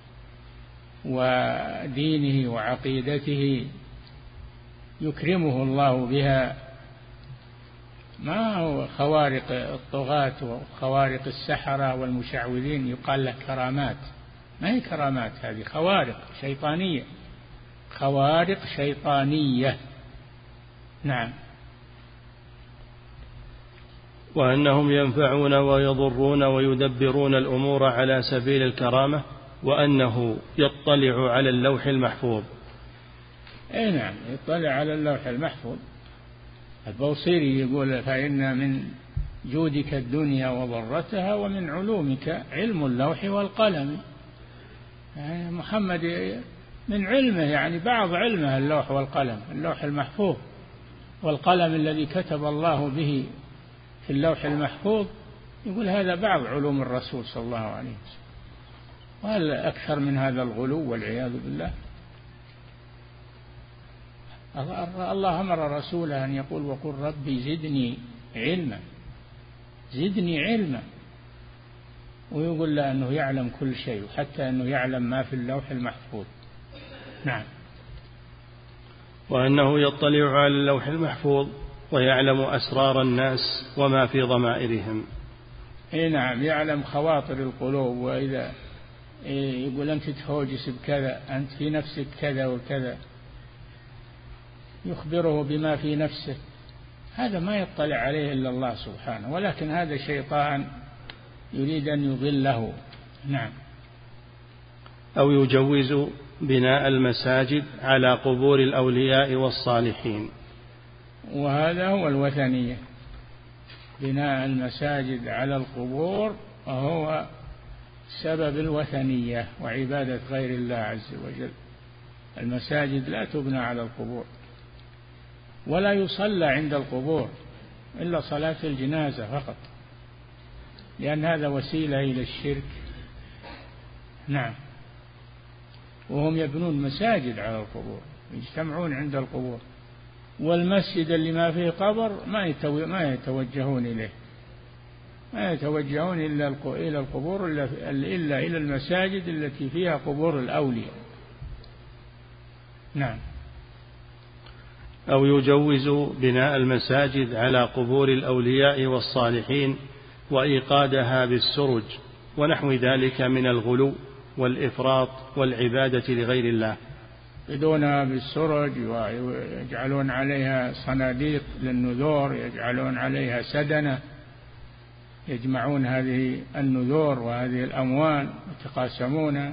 ودينه وعقيدته، يكرمه الله بها. ما هو خوارق الطغاة وخوارق السحرة والمشعوذين يقال له كرامات، ما هي كرامات، هذه خوارق شيطانية، خوارق شيطانية. نعم. وأنهم ينفعون ويضرون ويدبرون الأمور على سبيل الكرامة، وأنه يطلع على اللوح المحفوظ. أي نعم، يطلع على اللوح المحفوظ. البوصيري يقول: فإن من جودك الدنيا وضرتها ومن علومك علم اللوح والقلم. يعني محمد من علمه، يعني بعض علمه اللوح والقلم، اللوح المحفوظ والقلم الذي كتب الله به في اللوح المحفوظ، يقول هذا بعض علوم الرسول صلى الله عليه وسلم. وهل أكثر من هذا الغلو والعياذ بالله؟ الله أمر رسوله أن يقول: وقل ربي زدني علما، زدني علما. ويقول له أنه يعلم كل شيء، وحتى أنه يعلم ما في اللوح المحفوظ. نعم. وأنه يطلع على اللوح المحفوظ ويعلم أسرار الناس وما في ضمائرهم. اي نعم، يعلم خواطر القلوب. وإذا يقول أنت تهوجس بكذا، أنت في نفسك كذا وكذا، يخبره بما في نفسه. هذا ما يطلع عليه إلا الله سبحانه، ولكن هذا شيطان يريد أن يضله. نعم. أو يجوز بناء المساجد على قبور الأولياء والصالحين. وهذا هو الوثنية، بناء المساجد على القبور، وهو سبب الوثنية وعبادة غير الله عز وجل. المساجد لا تبنى على القبور، ولا يصلى عند القبور إلا صلاة الجنازة فقط، لأن هذا وسيلة إلى الشرك. نعم. وهم يبنون مساجد على القبور، يجتمعون عند القبور، والمسجد اللي ما فيه قبر ما يتوجهون إليه، ما يتوجهون إلا إلى القبور إلا إلى المساجد التي فيها قبور الأولياء. نعم. أو يجوز بناء المساجد على قبور الأولياء والصالحين وإيقادها بالسرج ونحو ذلك من الغلو والإفراط والعبادة لغير الله. يدونها بالسرج ويجعلون عليها صناديق للنذور، يجعلون عليها سدنة، يجمعون هذه النذور وهذه الأموال ويتقاسمونها،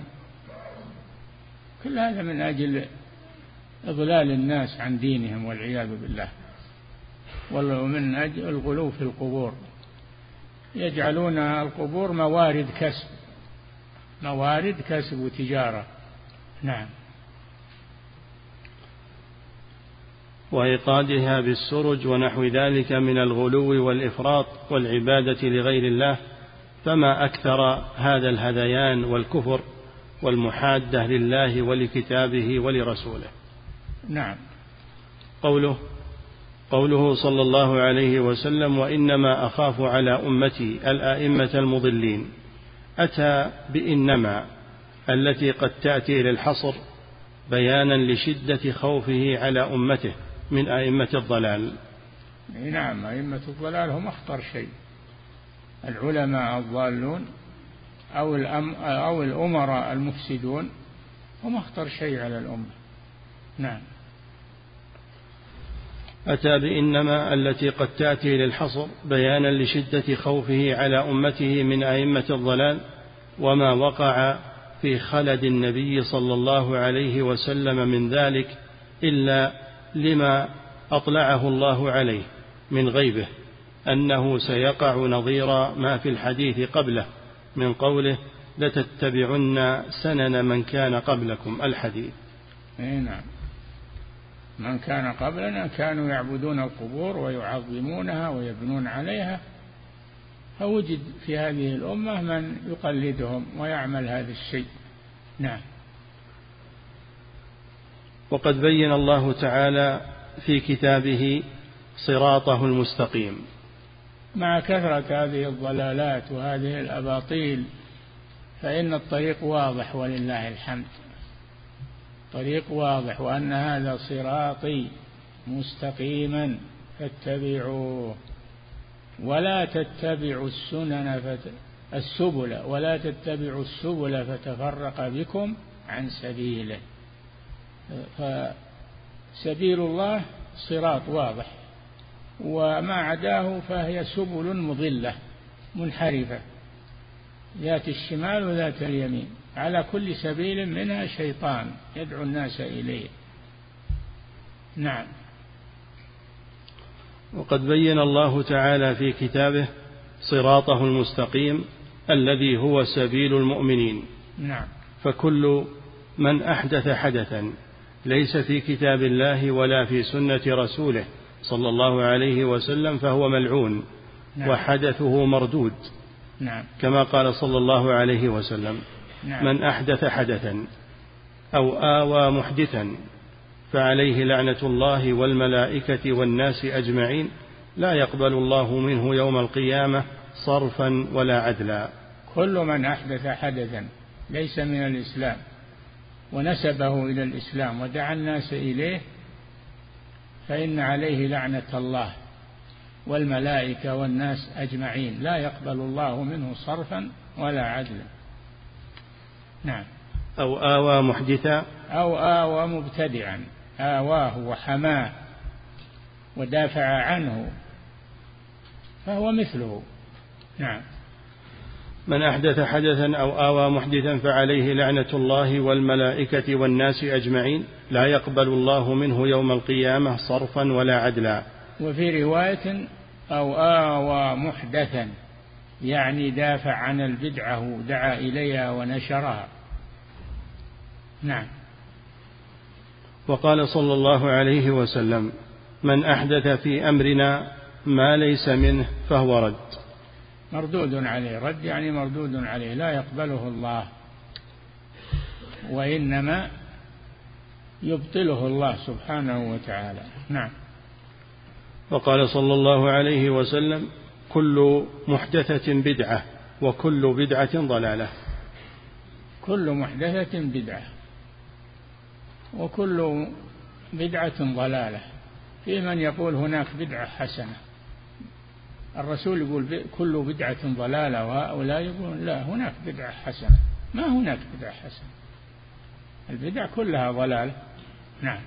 كل هذا من أجل إضلال الناس عن دينهم والعياذ بالله، ومن أجل الغلو في القبور، يجعلون القبور موارد كسب وتجارة. نعم. وإيقادها بالسرج ونحو ذلك من الغلو والإفراط والعبادة لغير الله، فما أكثر هذا الهذيان والكفر والمحادة لله ولكتابه ولرسوله. نعم. قوله صلى الله عليه وسلم: وإنما أخاف على أمتي الآئمة المضلين، أتى بإنما التي قد تأتي للحصر بيانا لشدة خوفه على أمته من أئمة الضلال. نعم، أئمة الضلال هم أخطر شيء، العلماء الضالون أو الأمراء المفسدون هم أخطر شيء على الأمة. نعم. أتى بإنما التي قد تأتي للحصر بيانا لشدة خوفه على أمته من أئمة الضلال، وما وقع في خلد النبي صلى الله عليه وسلم من ذلك إلا لما أطلعه الله عليه من غيبه، أنه سيقع نظير ما في الحديث قبله من قوله: لتتبعن سنن من كان قبلكم الحديث. نعم، من كان قبلنا كانوا يعبدون القبور ويعظمونها ويبنون عليها، فوجد في هذه الأمة من يقلدهم ويعمل هذا الشيء. نعم. وقد بين الله تعالى في كتابه صراطه المستقيم. مع كثرة هذه الضلالات وهذه الأباطيل فإن الطريق واضح ولله الحمد، طريق واضح، وأن هذا صراطي مستقيما فاتبعوه ولا تتبعوا السبل ولا تتبعوا السبل فتفرق بكم عن سبيله. فسبيل الله صراط واضح، وما عداه فهي سبل مضلة منحرفة ذات الشمال وذات اليمين، على كل سبيل منها شيطان يدعو الناس إليه. نعم. وقد بين الله تعالى في كتابه صراطه المستقيم الذي هو سبيل المؤمنين. نعم. فكل من أحدث حدثا ليس في كتاب الله ولا في سنة رسوله صلى الله عليه وسلم فهو ملعون. نعم. وحدثه مردود. نعم. كما قال صلى الله عليه وسلم: نعم. من أحدث حدثا أو آوى محدثا فعليه لعنة الله والملائكة والناس أجمعين، لا يقبل الله منه يوم القيامة صرفا ولا عدلا. كل من أحدث حدثا ليس من الإسلام ونسبه إلى الإسلام ودعا الناس إليه فإن عليه لعنة الله والملائكة والناس أجمعين، لا يقبل الله منه صرفا ولا عدلا. نعم. أو آوى محدثا أو آوى مبتدعا، آواه وحماه ودافع عنه فهو مثله. نعم. من أحدث حدثا أو آوى محدثا فعليه لعنة الله والملائكة والناس أجمعين، لا يقبل الله منه يوم القيامة صرفا ولا عدلا. وفي رواية: أو آوى محدثا، يعني دافع عن البدعة، دعا إليها ونشرها. نعم. وقال صلى الله عليه وسلم: من أحدث في أمرنا ما ليس منه فهو رد. مردود عليه، رد يعني مردود عليه، لا يقبله الله، وإنما يبطله الله سبحانه وتعالى. نعم. وقال صلى الله عليه وسلم: كل محدثة بدعة وكل بدعة ضلالة. كل محدثة بدعة وكل بدعة ضلالة. في من يقول هناك بدعة حسنة، الرسول يقول كل بدعة ضلالة، وهؤلاء يقولون لا، هناك بدعة حسنة. ما هناك بدعة حسنة، البدع كلها ضلالة. نعم.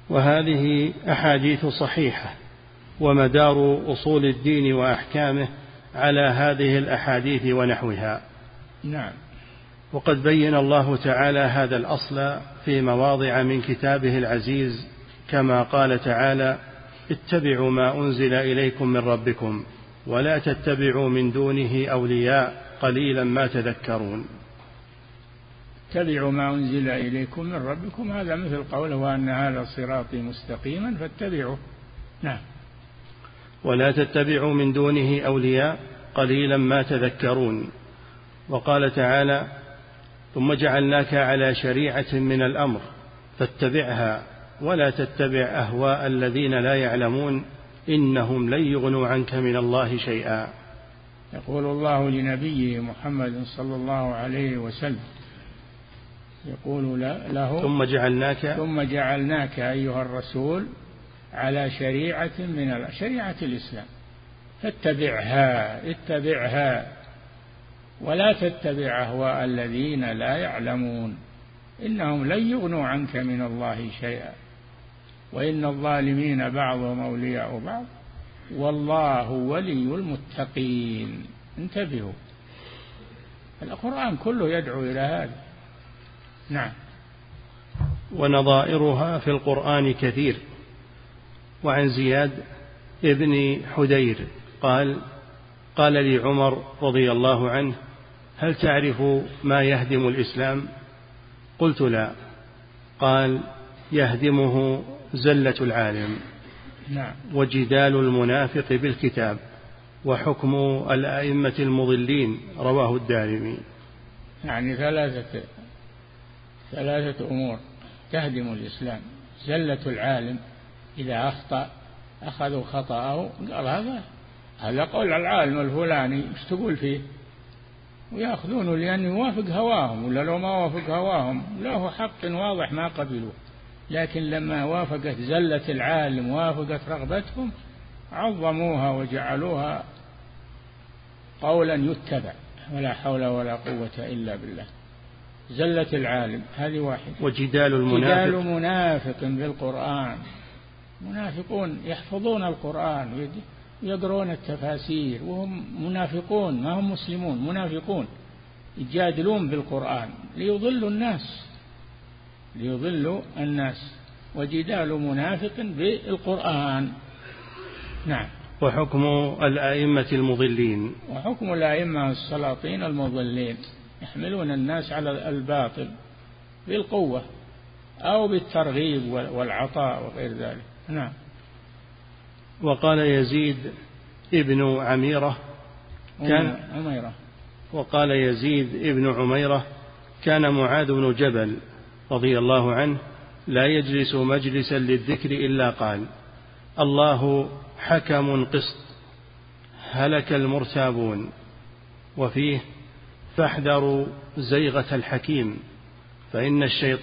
وهذه أحاديث صحيحة، ومدار أصول الدين وأحكامه على هذه الأحاديث ونحوها. نعم. وقد بين الله تعالى هذا الأصل في مواضع من كتابه العزيز، كما قال تعالى: اتبعوا ما أنزل إليكم من ربكم ولا تتبعوا من دونه أولياء قليلا ما تذكرون. اتبعوا ما أنزل إليكم من ربكم، هذا مثل قوله: وأن هذا صراطي مستقيما فاتبعوه. نعم. ولا تتبعوا من دونه أولياء قليلا ما تذكرون. وقال تعالى: ثم جعلناك على شريعة من الأمر فاتبعها ولا تتبع أهواء الذين لا يعلمون إنهم لن يغنوا عنك من الله شيئا. يقول الله لنبيه محمد صلى الله عليه وسلم، يقول له: ثم جعلناك أيها الرسول على شريعة من شريعة الإسلام اتبعها ولا تتبع أهواء الذين لا يعلمون إنهم لن يغنوا عنك من الله شيئا وإن الظالمين بعضهم أولياء بعض والله ولي المتقين. انتبهوا، القرآن كله يدعو إلى هذا. نعم. ونظائرها في القرآن كثير. وعن زياد ابن حدير قال لي عمر رضي الله عنه: هل تعرف ما يهدم الإسلام؟ قلت: لا. قال: يهدمه زلة العالم. نعم. وجدال المنافق بالكتاب وحكم الأئمة المضلين. رواه الدارمي. يعني ثلاثة أمور تهدم الإسلام: زلة العالم، إذا أخطأ أخذوا خطأه قال هذا قول العالم الفلاني، ايش تقول فيه؟ ويأخذونه لأنه يوافق هواهم، ولا لو ما وافق هواهم له حق واضح ما قبلوه. لكن لما وافقت زلة العالم وافقت رغبتهم عظموها وجعلوها قولا يتبع، ولا حول ولا قوة إلا بالله. زلة العالم هذه واحدة. وجدال منافق بالقرآن، منافقون يحفظون القرآن ويقرون التفاسير وهم منافقون، ما هم مسلمون، منافقون يجادلون بالقرآن ليضلوا الناس. وجدال منافق بالقرآن. نعم. وحكم الأئمة المضلين، وحكم الأئمة السلاطين المضلين يحملون الناس على الباطل بالقوة أو بالترغيب والعطاء وغير ذلك. نعم. وقال يزيد ابن عميرة وقال يزيد ابن عميرة: كان معاذ بن جبل رضي الله عنه لا يجلس مجلسا للذكر إلا قال: الله حكم قسط هلك المرتابون. وفيه: فاحذروا زيغة الحكيم فإن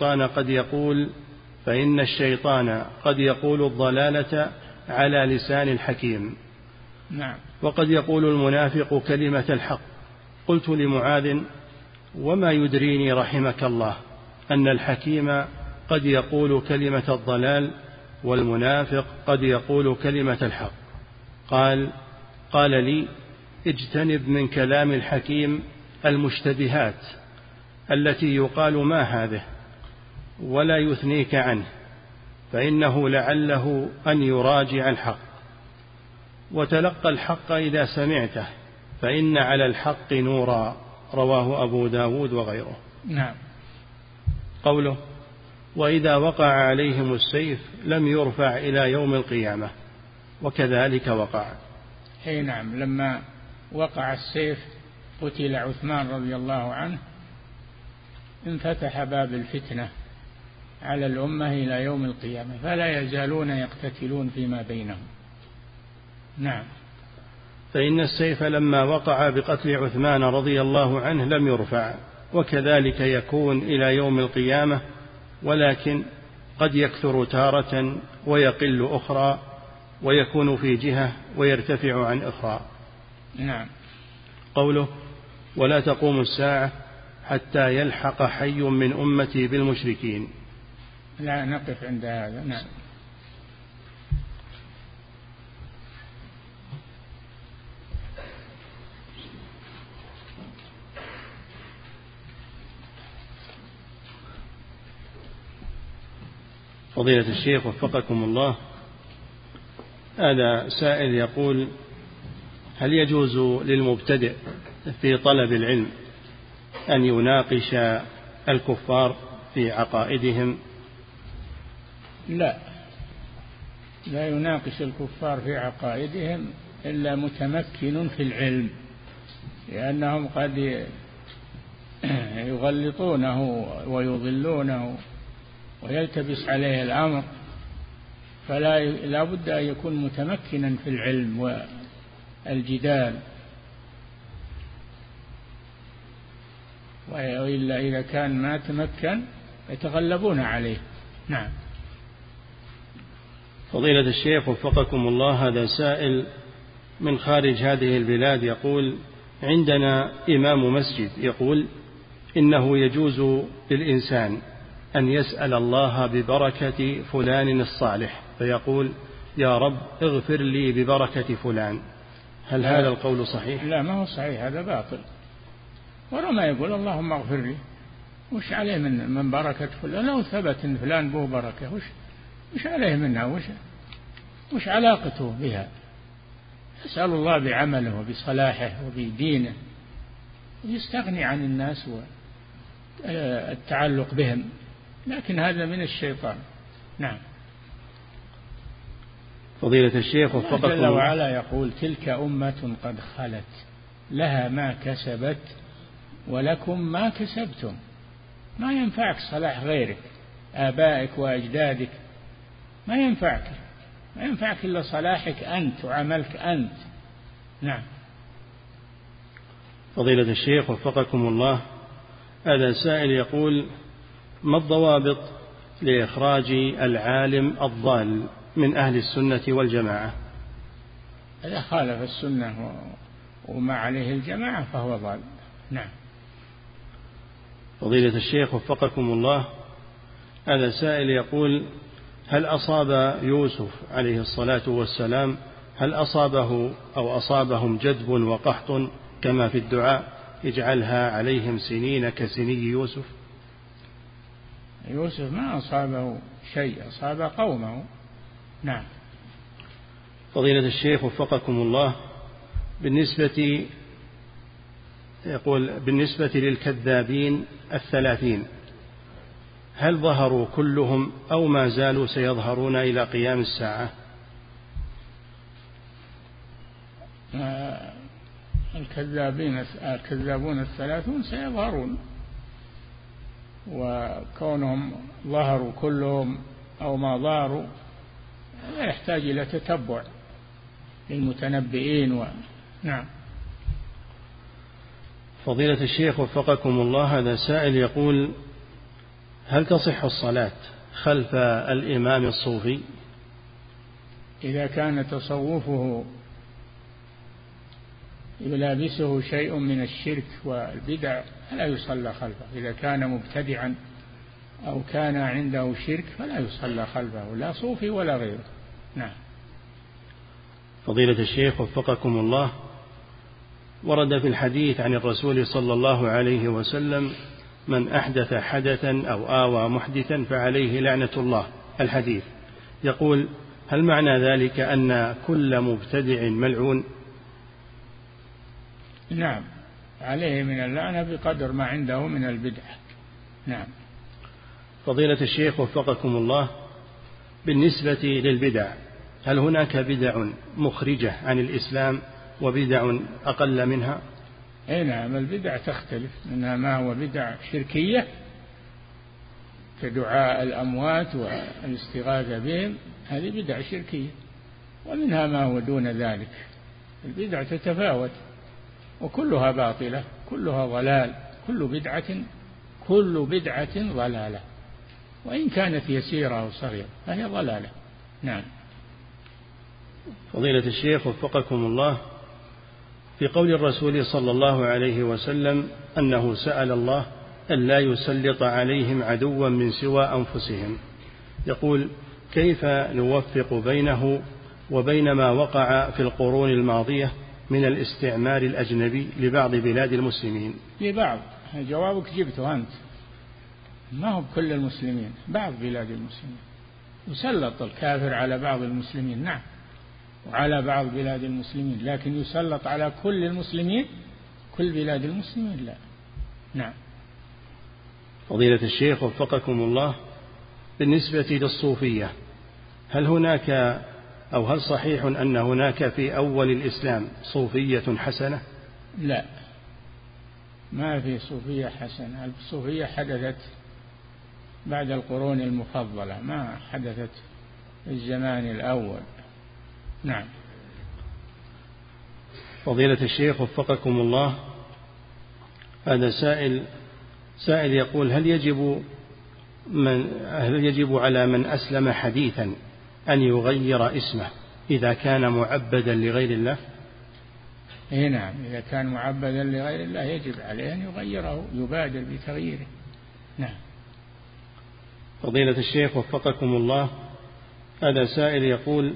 الشيطان قد يقول الضلالة على لسان الحكيم. نعم. وقد يقول المنافق كلمة الحق. قلت لمعاذ: وما يدريني رحمك الله أن الحكيم قد يقول كلمة الضلال والمنافق قد يقول كلمة الحق؟ قال لي: اجتنب من كلام الحكيم المشتبهات التي يقال ما هذه ولا يثنيك عنه، فإنه لعله أن يراجع الحق. وتلقى الحق إذا سمعته فإن على الحق نورا. رواه أبو داود وغيره. نعم. قوله: وإذا وقع عليهم السيف لم يرفع إلى يوم القيامة، وكذلك وقع. نعم. لما وقع السيف قتل عثمان رضي الله عنه انفتح باب الفتنة على الأمة إلى يوم القيامة، فلا يزالون يقتتلون فيما بينهم. نعم. فإن السيف لما وقع بقتل عثمان رضي الله عنه لم يرفع، وكذلك يكون إلى يوم القيامة، ولكن قد يكثر تارة ويقل أخرى، ويكون في جهة ويرتفع عن أخرى. نعم. قوله: ولا تقوم الساعة حتى يلحق حي من أمتي بالمشركين. لا نقف عند هذا. نعم. فضيلة الشيخ وفقكم الله، هذا سائل يقول: هل يجوز للمبتدئ في طلب العلم أن يناقش الكفار في عقائدهم؟ لا يناقش الكفار في عقائدهم إلا متمكن في العلم، لأنهم قد يغلطونه ويضلونه ويلتبس عليه الأمر، فلا بد أن يكون متمكنا في العلم والجدال، وإلا إذا كان ما تمكن يتغلبون عليه. نعم. فضيلة الشيخ وفقكم الله، هذا سائل من خارج هذه البلاد يقول: عندنا إمام مسجد يقول إنه يجوز للإنسان أن يسأل الله ببركة فلان الصالح، فيقول: يا رب اغفر لي ببركة فلان، هل هذا القول صحيح؟ لا، ما هو صحيح، هذا باطل. ورا ما يقول اللهم اغفر لي، وش عليه من بركة فلان؟ لو ثبت ان فلان به بركة وش عليه منها؟ وش علاقته بها؟ يسأل الله بعمله وبصلاحه وبدينه، ويستغني عن الناس والتعلق بهم، لكن هذا من الشيطان. نعم. فضيلة الشيخ وفقكم الله، جل وعلا يقول: تلك أمة قد خلت لها ما كسبت ولكم ما كسبتم. ما ينفعك صلاح غيرك، آبائك وأجدادك، ما ينفعك إلا صلاحك أنت وعملك أنت. نعم. فضيلة الشيخ وفقكم الله، هذا سائل يقول: ما الضوابط لإخراج العالم الضال من أهل السنة والجماعة؟ إذا خالف السنة وما عليه الجماعة فهو ضال. نعم. فضيلة الشيخ وفقكم الله، هذا سائل يقول: هل أصاب يوسف عليه الصلاة والسلام، هل أصابه أو أصابهم جدب وقحط كما في الدعاء اجعلها عليهم سنين كسني يوسف؟ يوسف ما أصابه شيء، أصاب قومه. نعم. فضيلة الشيخ وفقكم الله، بالنسبة للكذابين 30، هل ظهروا كلهم أو ما زالوا سيظهرون إلى قيام الساعة؟ الكذابون 30 سيظهرون، وكونهم ظهروا كلهم أو ما ظهروا لا يحتاج إلى تتبع للمتنبئين نعم. فضيلة الشيخ وفقكم الله، هذا سائل يقول: هل تصح الصلاة خلف الإمام الصوفي؟ إذا كان تصوفه يلابسه شيء من الشرك والبدع فلا يصلى خلفه. إذا كان مبتدعا أو كان عنده شرك فلا يصلى خلفه، لا صوفي ولا غيره. نعم. فضيلة الشيخ وفقكم الله، ورد في الحديث عن الرسول صلى الله عليه وسلم: من أحدث حدثا أو آوى محدثا فعليه لعنة الله، الحديث. يقول: هل معنى ذلك أن كل مبتدع ملعون؟ نعم، عليه من اللعنة بقدر ما عنده من البدعة. نعم. فضيلة الشيخ وفقكم الله، بالنسبة للبدع، هل هناك بدع مخرجة عن الإسلام وبدع أقل منها؟ أي نعم، البدع تختلف، منها ما هو بدع شركية كدعاء الأموات والاستغاثة بهم، هذه بدع شركية، ومنها ما هو دون ذلك. البدع تتفاوت وكلها باطلة، كلها ضلال، كل بدعة ضلالة، وإن كانت يسيرة أو صغيرة فهي ضلالة. نعم. فضيلة الشيخ وفقكم الله، في قول الرسول صلى الله عليه وسلم أنه سأل الله أن لا يسلط عليهم عدوا من سوى أنفسهم، يقول: كيف نوفق بينه وبين ما وقع في القرون الماضية من الاستعمار الأجنبي لبعض بلاد المسلمين؟ لبعض، جوابك جبته أنت، ما هو كل المسلمين، بعض بلاد المسلمين. يسلط الكافر على بعض المسلمين، نعم، وعلى بعض بلاد المسلمين، لكن يسلط على كل المسلمين، كل بلاد المسلمين لا. نعم. فضيلة الشيخ وفقكم الله، بالنسبة للصوفية، هل هناك أو هل صحيح أن هناك في أول الإسلام صوفية حسنة؟ لا، ما في صوفية حسنة. الصوفية حدثت بعد القرون المفضلة، ما حدثت في الزمان الأول. نعم. فضيلة الشيخ وفقكم الله، هذا سائل يقول: هل يجب على من أسلم حديثا أن يغير اسمه إذا كان معبدا لغير الله؟ إيه نعم، إذا كان معبدا لغير الله يجب عليه أن يغيره، يبادر بتغييره. نعم. فضيلة الشيخ وفقكم الله، هذا سائل يقول: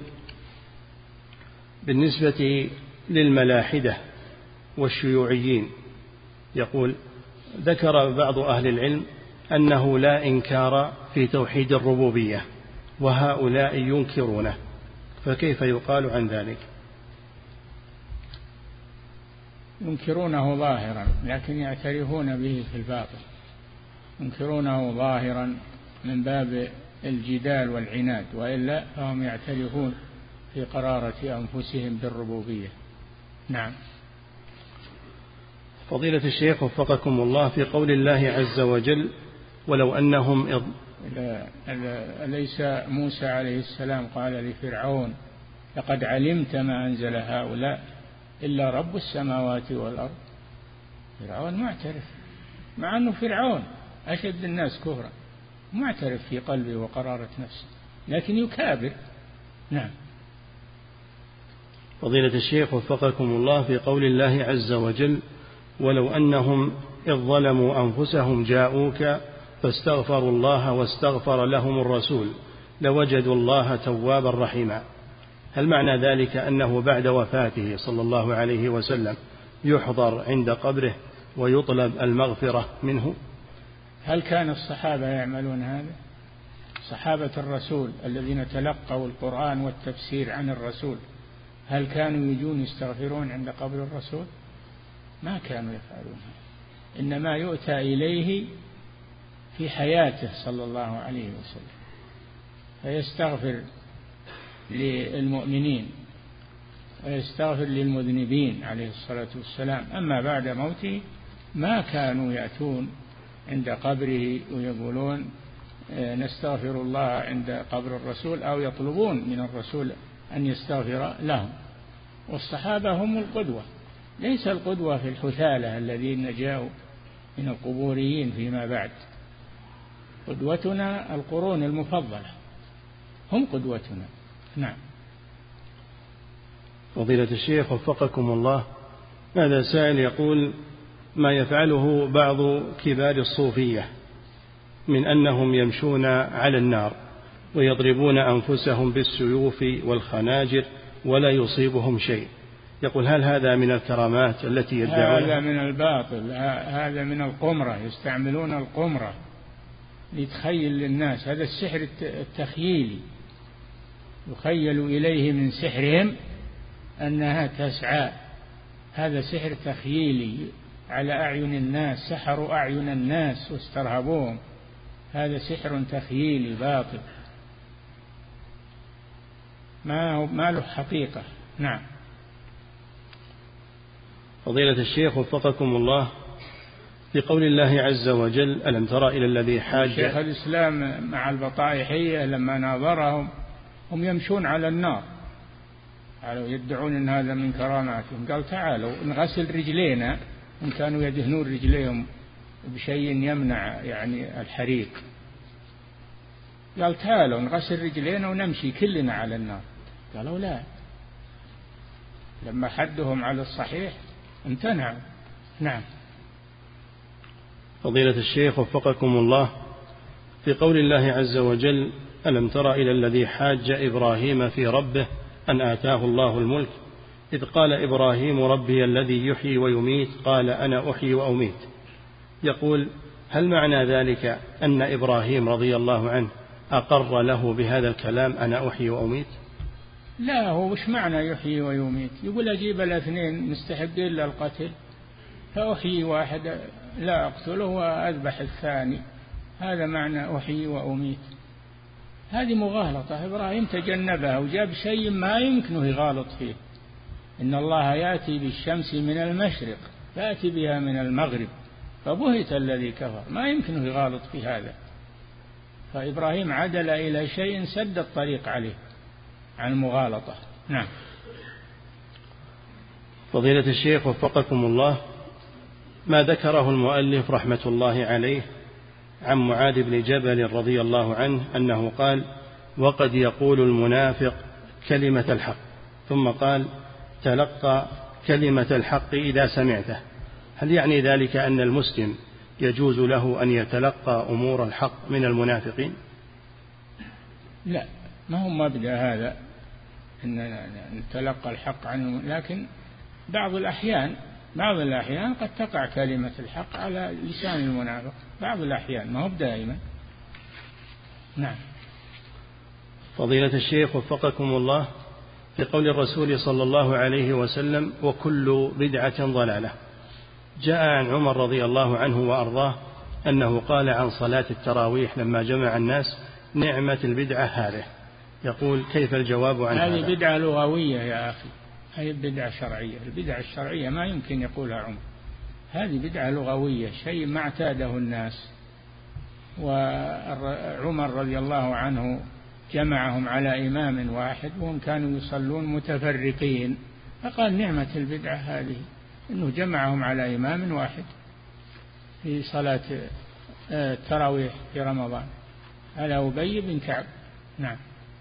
بالنسبة للملاحدة والشيوعيين، يقول: ذكر بعض أهل العلم أنه لا إنكار في توحيد الربوبية وهؤلاء ينكرونه، فكيف يقال عن ذلك؟ ينكرونه ظاهرا لكن يعترفون به في الباطن، ينكرونه ظاهرا من باب الجدال والعناد، وإلا فهم يعترفون في قرارة أنفسهم بالربوبية. نعم. فضيلة الشيخ وفقكم الله، في قول الله عز وجل: ولو أنهم أليس موسى عليه السلام قال لفرعون: لقد علمت ما أنزل هؤلاء إلا رب السماوات والأرض. فرعون معترف، مع أنه فرعون أشد الناس كفرا، معترف في قلبه وقرارة نفسه، لكن يكابر. نعم. فضيلة الشيخ وفقكم الله، في قول الله عز وجل: ولو أنهم إذ ظلموا أنفسهم جاءوك فاستغفروا الله واستغفر لهم الرسول لوجدوا الله توابا رحيما، هل معنى ذلك أنه بعد وفاته صلى الله عليه وسلم يحضر عند قبره ويطلب المغفرة منه؟ هل كان الصحابة يعملون هذا؟ صحابة الرسول الذين تلقوا القرآن والتفسير عن الرسول، هل كانوا يجون يستغفرون عند قبر الرسول؟ ما كانوا يفعلون، إنما يؤتى إليه في حياته صلى الله عليه وسلم فيستغفر للمؤمنين ويستغفر للمذنبين عليه الصلاة والسلام. أما بعد موته ما كانوا يأتون عند قبره ويقولون نستغفر الله عند قبر الرسول أو يطلبون من الرسول أن يستغفر لهم. والصحابة هم القدوة، ليس القدوة في الحثالة الذين جاءوا من القبوريين فيما بعد. قدوتنا القرون المفضلة، هم قدوتنا. نعم. فضيلة الشيخ وفقكم الله، هذا سائل يقول: ما يفعله بعض كبار الصوفية من أنهم يمشون على النار ويضربون أنفسهم بالسيوف والخناجر ولا يصيبهم شيء، يقول: هل هذا من الكرامات التي يدعونها؟ هذا من الباطل، هذا من القمرة، يستعملون القمرة ليتخيل للناس. هذا السحر التخييلي، يخيل إليه من سحرهم أنها تسعى، هذا سحر تخييلي على أعين الناس، سحروا أعين الناس واسترهبوهم، هذا سحر تخييلي باطل ما له حقيقة. نعم. فضيلة الشيخ وفقكم الله، في قول الله عز وجل: ألم تر إلى الذي حاج. شيخ الإسلام مع البطائحية لما ناظرهم هم يمشون على النار، يدعون أن هذا من كراماتهم، قال: تعالوا نغسل رجلينا، إن كانوا يدهنون رجليهم بشيء يمنع يعني الحريق، قال: تعالوا نغسل رجلينا ونمشي كلنا على النار. قالوا: لا، لما حدهم على الصحيح امتنعوا. نعم. فضيلة الشيخ وفقكم الله، في قول الله عز وجل: ألم تر إلى الذي حاج إبراهيم في ربه أن آتاه الله الملك إذ قال إبراهيم ربي الذي يحيي ويميت قال أنا أحيي وأميت، يقول: هل معنى ذلك أن إبراهيم رضي الله عنه أقر له بهذا الكلام أنا أحيي وأميت؟ لا، هو وش معنى يحيي ويميت؟ يقول أجيب الاثنين مستحقين للقتل فأحيي واحد لا أقتله وأذبح الثاني، هذا معنى أحيي وأميت. هذه مغالطة. إبراهيم تجنبها وجاب شيء ما يمكنه يغالط فيه. إن الله يأتي بالشمس من المشرق فأتي بها من المغرب فبهت الذي كفر، ما يمكنه يغالط في هذا. فإبراهيم عدل إلى شيء سد الطريق عليه عن مغالطة. نعم. فضيلة الشيخ وفقكم الله، ما ذكره المؤلف رحمة الله عليه عن معاذ بن جبل رضي الله عنه أنه قال: وقد يقول المنافق كلمة الحق، ثم قال: تلقى كلمة الحق إذا سمعته. هل يعني ذلك أن المسلم يجوز له أن يتلقى أمور الحق من المنافقين؟ لا، ما هو مبدأ هذا أن نتلقى الحق عنه، لكن بعض الأحيان قد تقع كلمة الحق على لسان المنافق، بعض الأحيان، ما هو دائما. نعم. فضيلة الشيخ وفقكم الله، في قول الرسول صلى الله عليه وسلم: وكل بدعة ضلالة، جاء عن عمر رضي الله عنه وأرضاه أنه قال عن صلاة التراويح لما جمع الناس: نعمة البدعة هذه. يقول: كيف الجواب عن هذا؟ هذه بدعة لغوية يا أخي، هذه بدعة شرعية. البدعة الشرعية ما يمكن يقولها عمر، هذه بدعة لغوية، شيء ما اعتاده الناس. وعمر رضي الله عنه جمعهم على إمام واحد وهم كانوا يصلون متفرقين، فقال: نعمة البدعة هذه، أنه جمعهم على إمام واحد في صلاة التراويح في رمضان على أبي بن كعب. نعم.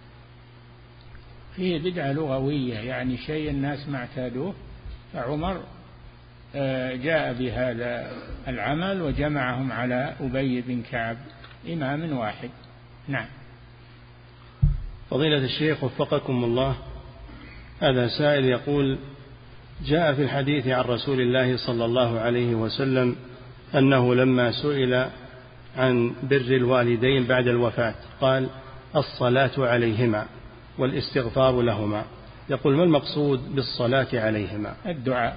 فيه بدعة لغوية، يعني شيء الناس ما اعتادوه، فعمر جاء بهذا العمل وجمعهم على أبي بن كعب إمام واحد. نعم. فضيلة الشيخ وفقكم الله، هذا سائل يقول: جاء في الحديث عن رسول الله صلى الله عليه وسلم أنه لما سئل عن بر الوالدين بعد الوفاة قال: الصلاة عليهما والاستغفار لهما. يقول: ما المقصود بالصلاة عليهما؟ الدعاء،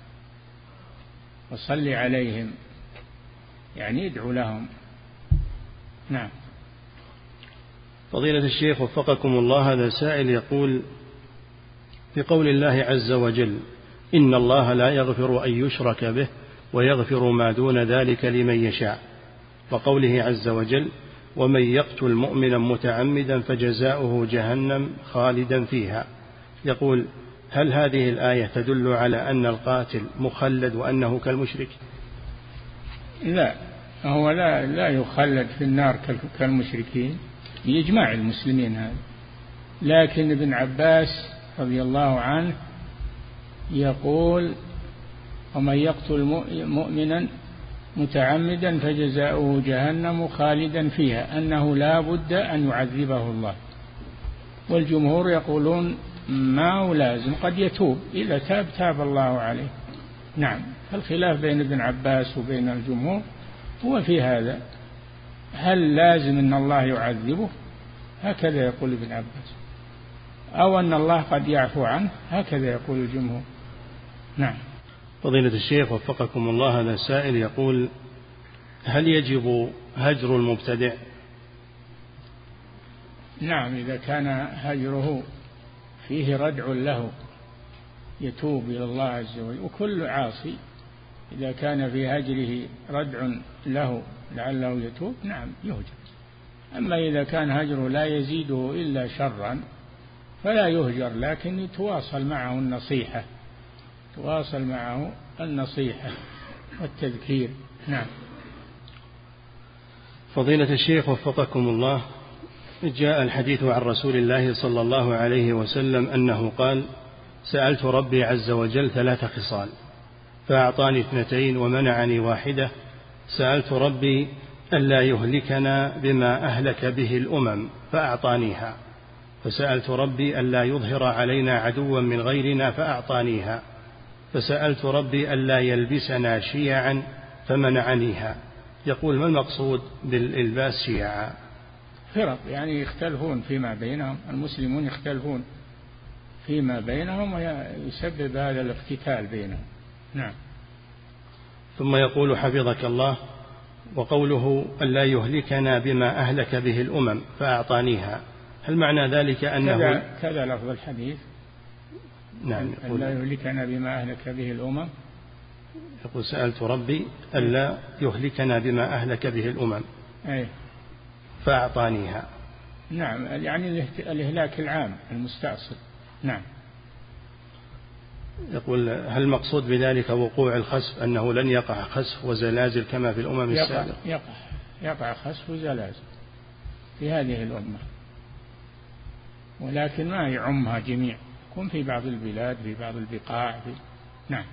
وصل عليهم يعني ادعو لهم. نعم. فضيلة الشيخ وفقكم الله، هذا سائل يقول: في قول الله عز وجل: إن الله لا يغفر أن يشرك به ويغفر ما دون ذلك لمن يشاء، وقوله عز وجل: ومن يقتل مؤمنا متعمدا فجزاؤه جهنم خالدا فيها. يقول: هل هذه الآية تدل على أن القاتل مخلد وأنه كالمشرك؟ لا، هو لا يخلد في النار كالمشركين بإجماع المسلمين هذا. لكن ابن عباس رضي الله عنه يقول: ومن يقتل مؤمنا متعمدا فجزاؤه جهنم خالدا فيها، أنه لا بد أن يعذبه الله. والجمهور يقولون ما هو لازم، قد يتوب، إذا تاب الله عليه. نعم. الخلاف بين ابن عباس وبين الجمهور هو في هذا، هل لازم أن الله يعذبه؟ هكذا يقول ابن عباس، أو أن الله قد يعفو عنه، هكذا يقول الجمهور. نعم. فضيلة الشيخ وفقكم الله، هذا سائل يقول: هل يجب هجر المبتدع؟ نعم، إذا كان هجره فيه ردع له يتوب إلى الله عز وجل. وكل عاصي إذا كان في هجره ردع له لعله يتوب، نعم يهجر. أما إذا كان هجره لا يزيده إلا شرا فلا يهجر، لكن يتواصل معه النصيحة والتذكير. نعم. فضيلة الشيخ وفقكم الله، جاء الحديث عن رسول الله صلى الله عليه وسلم أنه قال: سألت ربي عز وجل 3 خصال فأعطاني 2 ومنعني 1. سألت ربي ألا يهلكنا بما أهلك به الأمم فأعطانيها، فسألت ربي ألا يظهر علينا عدوا من غيرنا فأعطانيها، فسألت ربي ألا يلبسنا شيعا فمنعنيها. يقول: ما المقصود بالإلباس شيعا؟ فرق، يعني يختلفون فيما بينهم، المسلمون يختلفون فيما بينهم ويسبب هذا الاقتتال بينهم. نعم. ثم يقول حفظك الله: وقوله ألا يهلكنا بما أهلك به الأمم فأعطانيها، هل معنى ذلك أنه كذا لفظ الحديث؟ نعم. ألا يهلكنا بما أهلك به الأمم. يقول: سألت ربي ألا يهلكنا بما أهلك به الأمم فأعطانيها. نعم، يعني الإهلاك العام المستأصل. نعم. يقول: هل المقصود بذلك وقوع الخسف، أنه لن يقع خسف وزلازل كما في الأمم السابقة؟ يقع خسف وزلازل في هذه الأمة، ولكن ما يعمها جميع، يكون في بعض البلاد، في بعض البقاع. نعم.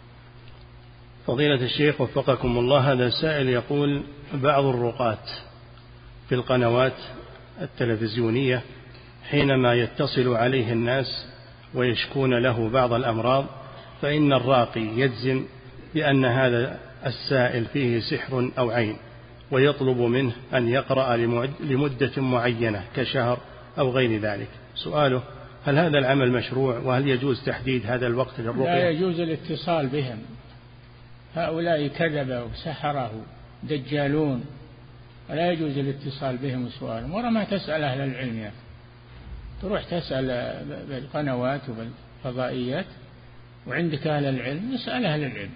فضيلة الشيخ وفقكم الله، هذا سائل يقول: بعض الرقاة في القنوات التلفزيونية حينما يتصل عليه الناس ويشكون له بعض الأمراض، فإن الراقي يجزم بأن هذا السائل فيه سحر أو عين، ويطلب منه أن يقرأ لمدة معينة كشهر أو غير ذلك. سؤاله: هل هذا العمل مشروع؟ وهل يجوز تحديد هذا الوقت للرقية؟ لا يجوز الاتصال بهم، هؤلاء كذبة وسحرة دجالون، ولا يجوز الاتصال بهم وسؤالهم. ورا ما تسأل أهل العلم، يعني تروح تسأل بالقنوات وبالفضائيات وعندك أهل العلم، اسأل أهل العلم.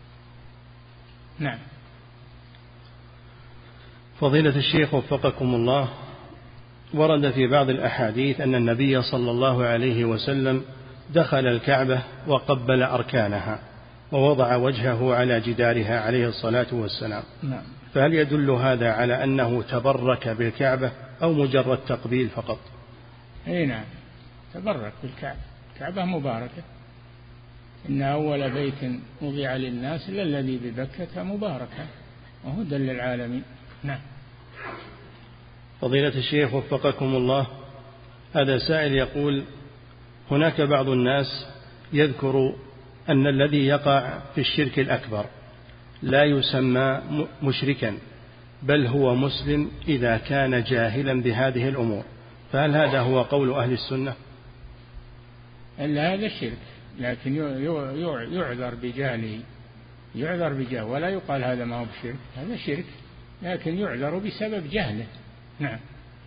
نعم. فضيلة الشيخ وفقكم الله، ورد في بعض الأحاديث أن النبي صلى الله عليه وسلم دخل الكعبة وقبل أركانها ووضع وجهه على جدارها عليه الصلاة والسلام. نعم. فهل يدل هذا على أنه تبرك بالكعبة أو مجرد تقبيل فقط؟ نعم، تبرك بالكعبة، الكعبة مباركة، إن أول بيت وضع للناس للذي ببكة مباركة وهدى للعالمين. نعم. فضيلة الشيخ وفقكم الله، هذا سائل يقول: هناك بعض الناس يذكر أن الذي يقع في الشرك الأكبر لا يسمى مشركا، بل هو مسلم إذا كان جاهلا بهذه الأمور، فهل هذا هو قول أهل السنة؟ إلا هذا الشرك، لكن يعذر بجهله، يعذر بجهله، ولا يقال هذا ما هو بشرك، هذا شرك لكن يعذر بسبب جهله. نعم.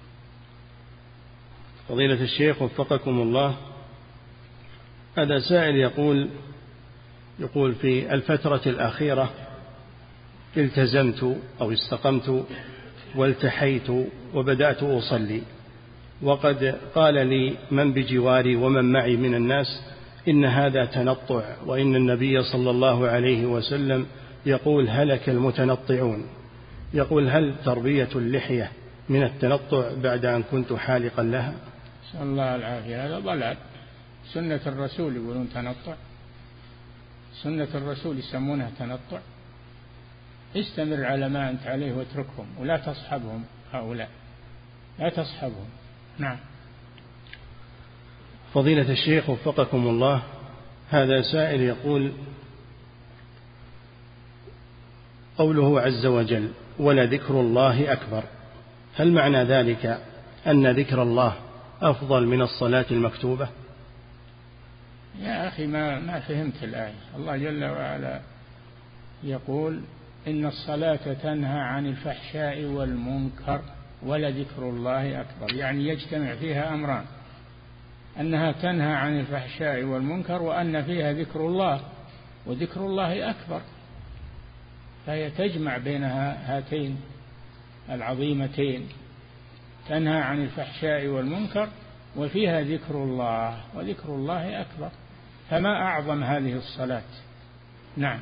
فضيلة الشيخ وفقكم الله، هذا سائل يقول في الفترة الأخيرة التزمت أو استقمت والتحيت وبدأت أصلي، وقد قال لي من بجواري ومن معي من الناس إن هذا تنطع، وإن النبي صلى الله عليه وسلم يقول هلك المتنطعون. يقول: هل تربية اللحية من التنطع بعد أن كنت حالقا لها؟ نسأل الله العافية، هذا ضلال. سنة الرسول يقولون تنطع، سنة الرسول يسمونها تنطع. استمر على ما أنت عليه واتركهم، ولا تصحبهم هؤلاء، لا تصحبهم. نعم. فضيلة الشيخ وفقكم الله، هذا سائل يقول: قوله عز وجل ولذكر الله أكبر، هل معنى ذلك أن ذكر الله أفضل من الصلاة المكتوبة؟ يا أخي ما فهمت الآية. الله جل وعلا يقول إن الصلاة تنهى عن الفحشاء والمنكر ولذكر الله أكبر، يعني يجتمع فيها أمران: أنها تنهى عن الفحشاء والمنكر، وأن فيها ذكر الله، وذكر الله أكبر، فهي تجمع بين هاتين العظيمتين، تنهى عن الفحشاء والمنكر وفيها ذكر الله، وذكر الله أكبر، فما أعظم هذه الصلاة. نعم.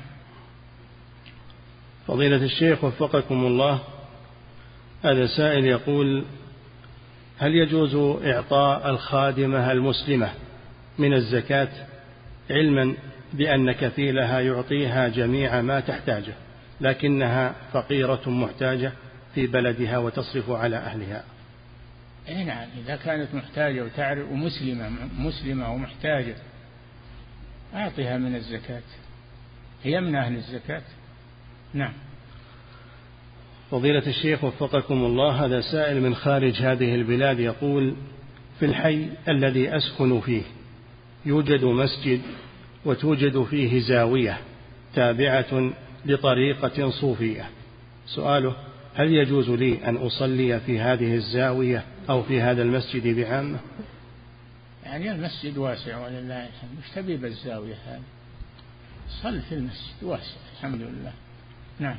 فضيلة الشيخ وفقكم الله، هذا سائل يقول: هل يجوز إعطاء الخادمة المسلمة من الزكاة علما بأن كفيلها يعطيها جميع ما تحتاجه، لكنها فقيرة محتاجة في بلدها وتصرف على أهلها؟ نعم، إذا كانت محتاجة وتعرف مسلمة ومحتاجة أعطيها من الزكاة، هي من أهل الزكاة. نعم. فضيلة الشيخ وفقكم الله، هذا سائل من خارج هذه البلاد يقول: في الحي الذي أسكن فيه يوجد مسجد وتوجد فيه زاوية تابعة لطريقة صوفية. سؤاله: هل يجوز لي أن أصلي في هذه الزاوية أو في هذا المسجد بعامة؟ يعني المسجد واسع ولله الحمد، مش تبي بالزاوية هذه، صل في المسجد واسع الحمد لله. نعم.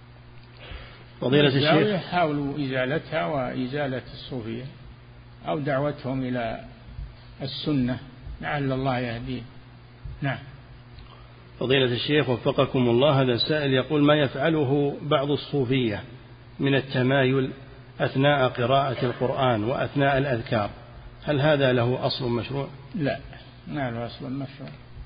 فضيلة الزاوية الشيخ، حاولوا إزالتها وإزالة الصوفية أو دعوتهم إلى السنة لعل الله يهديه. نعم. فضيلة الشيخ وفقكم الله، هذا السائل يقول: ما يفعله بعض الصوفية من التمايل أثناء قراءة القرآن وأثناء الأذكار، هل هذا له أصل مشروع؟ لا، ما له أصل مشروع.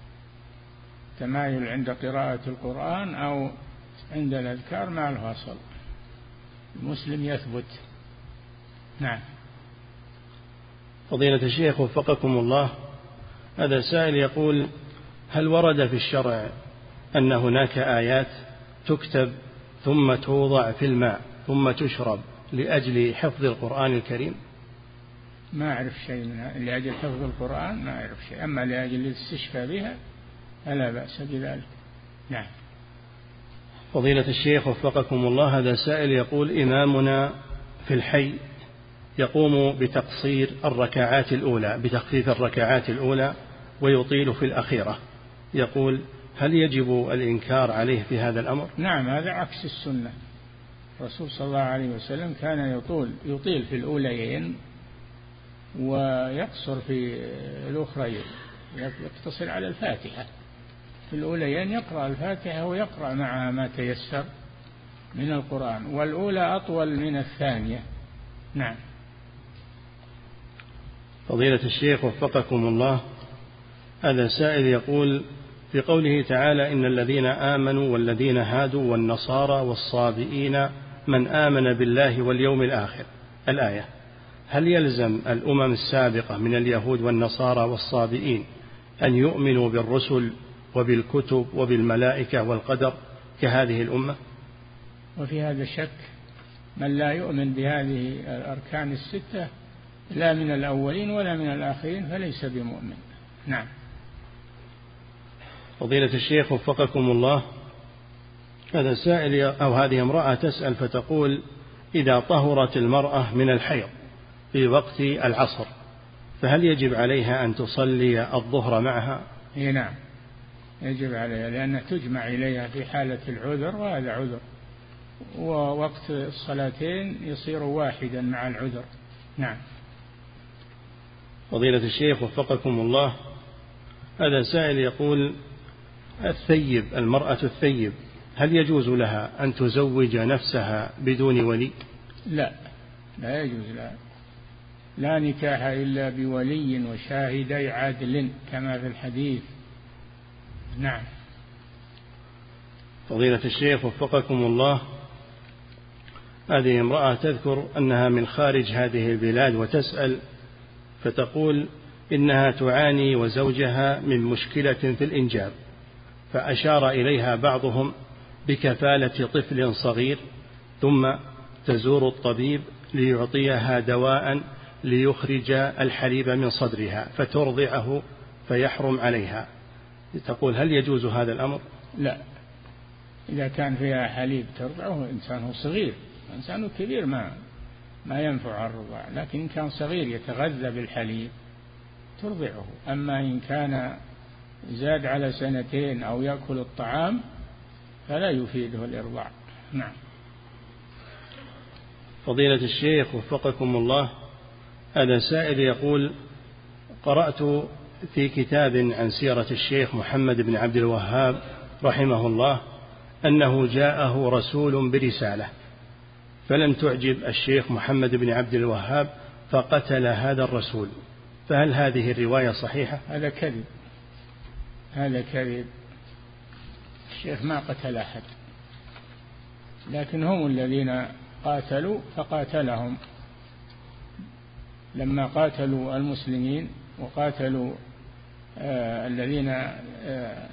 تمايل عند قراءة القرآن أو عند الأذكار ما له أصل، المسلم يثبت. نعم. فضيلة الشيخ وفقكم الله، هذا سائل يقول: هل ورد في الشرع أن هناك آيات تكتب ثم توضع في الماء ثم تشرب لأجل حفظ القرآن الكريم؟ ما أعرف شيء منها لأجل حفظ القرآن، ما أعرف شيء، أما لأجل الاستشفاء بها فلا بأس بذلك. نعم. فضيلة الشيخ وفقكم الله، هذا سائل يقول: إمامنا في الحي يقوم بتقصير الركعات الأولى، بتخفيف الركعات الأولى ويطيل في الأخيرة، يقول: هل يجب الإنكار عليه في هذا الأمر؟ نعم، هذا عكس السنة. الرسول صلى الله عليه وسلم كان يطيل في الأوليين ويقصر في الأخرين، يقتصر على الفاتحة. في الأوليين يقرأ الفاتحة ويقرأ معها ما تيسر من القرآن، والأولى أطول من الثانية. نعم. فضيلة الشيخ وفقكم الله، هذا سائل يقول: في قوله تعالى: إن الذين آمنوا والذين هادوا والنصارى والصابئين من آمن بالله واليوم الآخر، الآية، هل يلزم الأمم السابقة من اليهود والنصارى والصابئين أن يؤمنوا بالرسل وبالكتب وبالملائكة والقدر كهذه الأمة؟ وفي هذا شك، من لا يؤمن بهذه الأركان الستة لا من الأولين ولا من الآخرين فليس بمؤمن. نعم. فضيلة الشيخ وفقكم الله، هذا سائل أو هذه امرأة تسأل فتقول: إذا طهرت المرأة من الحيض في وقت العصر فهل يجب عليها أن تصلي الظهر معها؟ نعم، يجب عليها، لأنها تجمع إليها في حالة العذر، وهذا عذر، ووقت الصلاتين يصير واحدا مع العذر. نعم. فضيلة الشيخ وفقكم الله، هذا سائل يقول: الثيب، المرأة الثيب، هل يجوز لها أن تزوج نفسها بدون ولي؟ لا، لا يجوز لها، لا نكاح إلا بولي وشاهدي عدل كما في الحديث. نعم. فضيلة الشيخ وفقكم الله، هذه امرأة تذكر أنها من خارج هذه البلاد وتسأل فتقول إنها تعاني وزوجها من مشكلة في الإنجاب، فأشار إليها بعضهم بكفالة طفل صغير، ثم تزور الطبيب ليعطيها دواء ليخرج الحليب من صدرها فترضعه فيحرم عليها. تقول: هل يجوز هذا الأمر؟ لا، إذا كان فيها حليب ترضعه إنسان صغير، إنسان كبير ما ينفع الرضاع، لكن إن كان صغير يتغذى بالحليب ترضعه. أما إن كان زاد على 2 أو يأكل الطعام فلا يفيده الإرضاع. نعم. فضيلة الشيخ وفقكم الله، هذا سائل يقول: قرأت في كتاب عن سيرة الشيخ محمد بن عبد الوهاب رحمه الله أنه جاءه رسول برسالة فلم تعجب الشيخ محمد بن عبد الوهاب فقتل هذا الرسول، فهل هذه الرواية صحيحة؟ هذا كذب، هذا كذب. الشيخ ما قتل أحد، لكن هم الذين قاتلوا فقاتلهم لما قاتلوا المسلمين وقاتلوا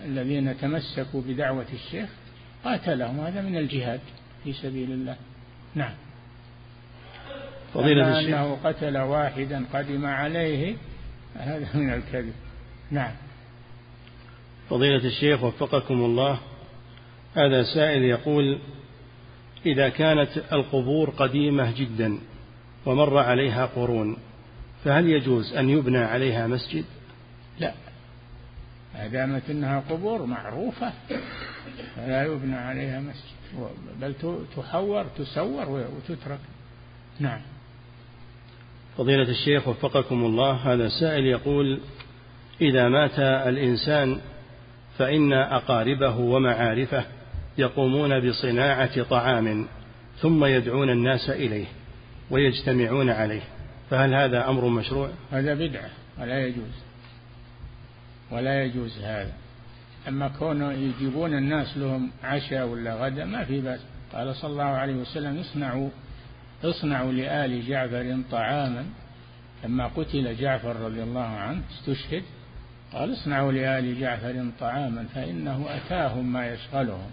الذين تمسكوا بدعوة الشيخ، قاتلهم، هذا من الجهاد في سبيل الله. نعم. فضيلة الشيخ أنه قتل واحدا قدم عليه هذا من الكذب. نعم. فضيلة الشيخ وفقكم الله، هذا سائل يقول: إذا كانت القبور قديمة جدا ومر عليها قرون، فهل يجوز أن يبنى عليها مسجد؟ لا، ما دامت أنها قبور معروفة فلا يبنى عليها مسجد، بل تحور تسور وتترك. نعم. فضيلة الشيخ وفقكم الله، هذا سائل يقول: إذا مات الإنسان فإن أقاربه ومعارفه يقومون بصناعة طعام ثم يدعون الناس إليه ويجتمعون عليه، فهل هذا أمر مشروع؟ هذا بدعة ولا يجوز، ولا يجوز هذا. أما كونه يجيبون الناس لهم عشاء ولا غدا ما في بأس. قال صلى الله عليه وسلم: اصنعوا لآل جعفر طعاما. لما قتل جعفر رضي الله عنه استشهد، قال: اصنعوا لآل جعفر طعاما فإنه أتاهم ما يشغلهم،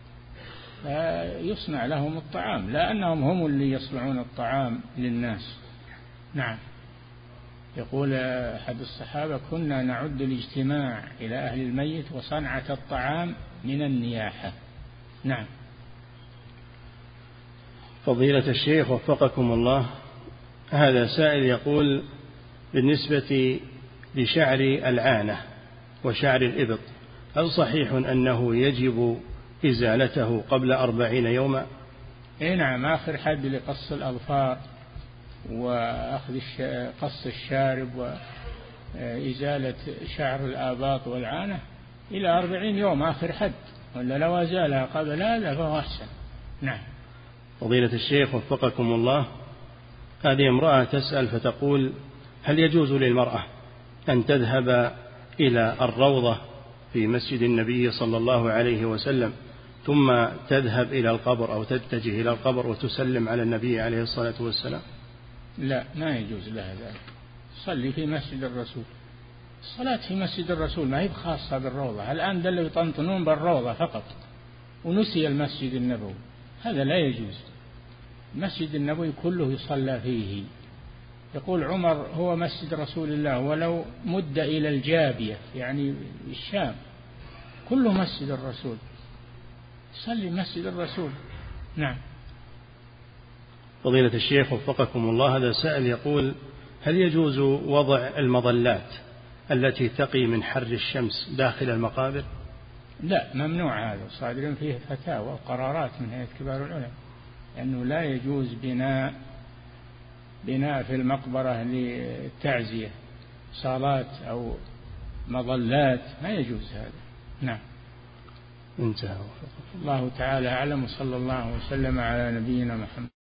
فيصنع لهم الطعام، لا أنهم هم اللي يصنعون الطعام للناس. نعم. يقول أحد الصحابة: كنا نعد الاجتماع إلى أهل الميت وصنعة الطعام من النياحة. نعم. فضيلة الشيخ وفقكم الله، هذا سائل يقول: بالنسبة لشعر العانة وشعر الإبط، هل صحيح أنه يجب إزالته قبل 40 يوما؟ نعم، آخر حد لقص الأظفار وأخذ قص الشارب وإزالة شعر الآباط والعانة إلى 40 يوم آخر حد، ولا لو أزالها قبل هذا فهو أحسن. نعم. فضيلة الشيخ وفقكم الله، هذه امرأة تسأل فتقول: هل يجوز للمرأة أن تذهب إلى الروضة في مسجد النبي صلى الله عليه وسلم ثم تذهب إلى القبر أو تتجه إلى القبر وتسلم على النبي عليه الصلاة والسلام؟ لا، ما يجوز لها ذلك. صلي في مسجد الرسول. الصلاة في مسجد الرسول ما هي خاصة بالروضة. الآن دلوا يطنطنون بالروضة فقط ونسي المسجد النبوي، هذا لا يجوز. المسجد النبوي كله يصلى فيه. يقول عمر: هو مسجد رسول الله ولو مد إلى الجابية، يعني الشام، كله مسجد الرسول، صلي مسجد الرسول. نعم. فضيلة الشيخ وفقكم الله، هذا سائل يقول: هل يجوز وضع المظلات التي تقي من حر الشمس داخل المقابر؟ لا، ممنوع هذا، صادرين فيه فتاوى وقرارات من هيئة كبار العلماء أنه لا يجوز بناء في المقبرة للتعزية، صالات أو مظلات، ما يجوز هذا. نعم. انتهى. الله تعالى أعلم، وصلى الله وسلم على نبينا محمد.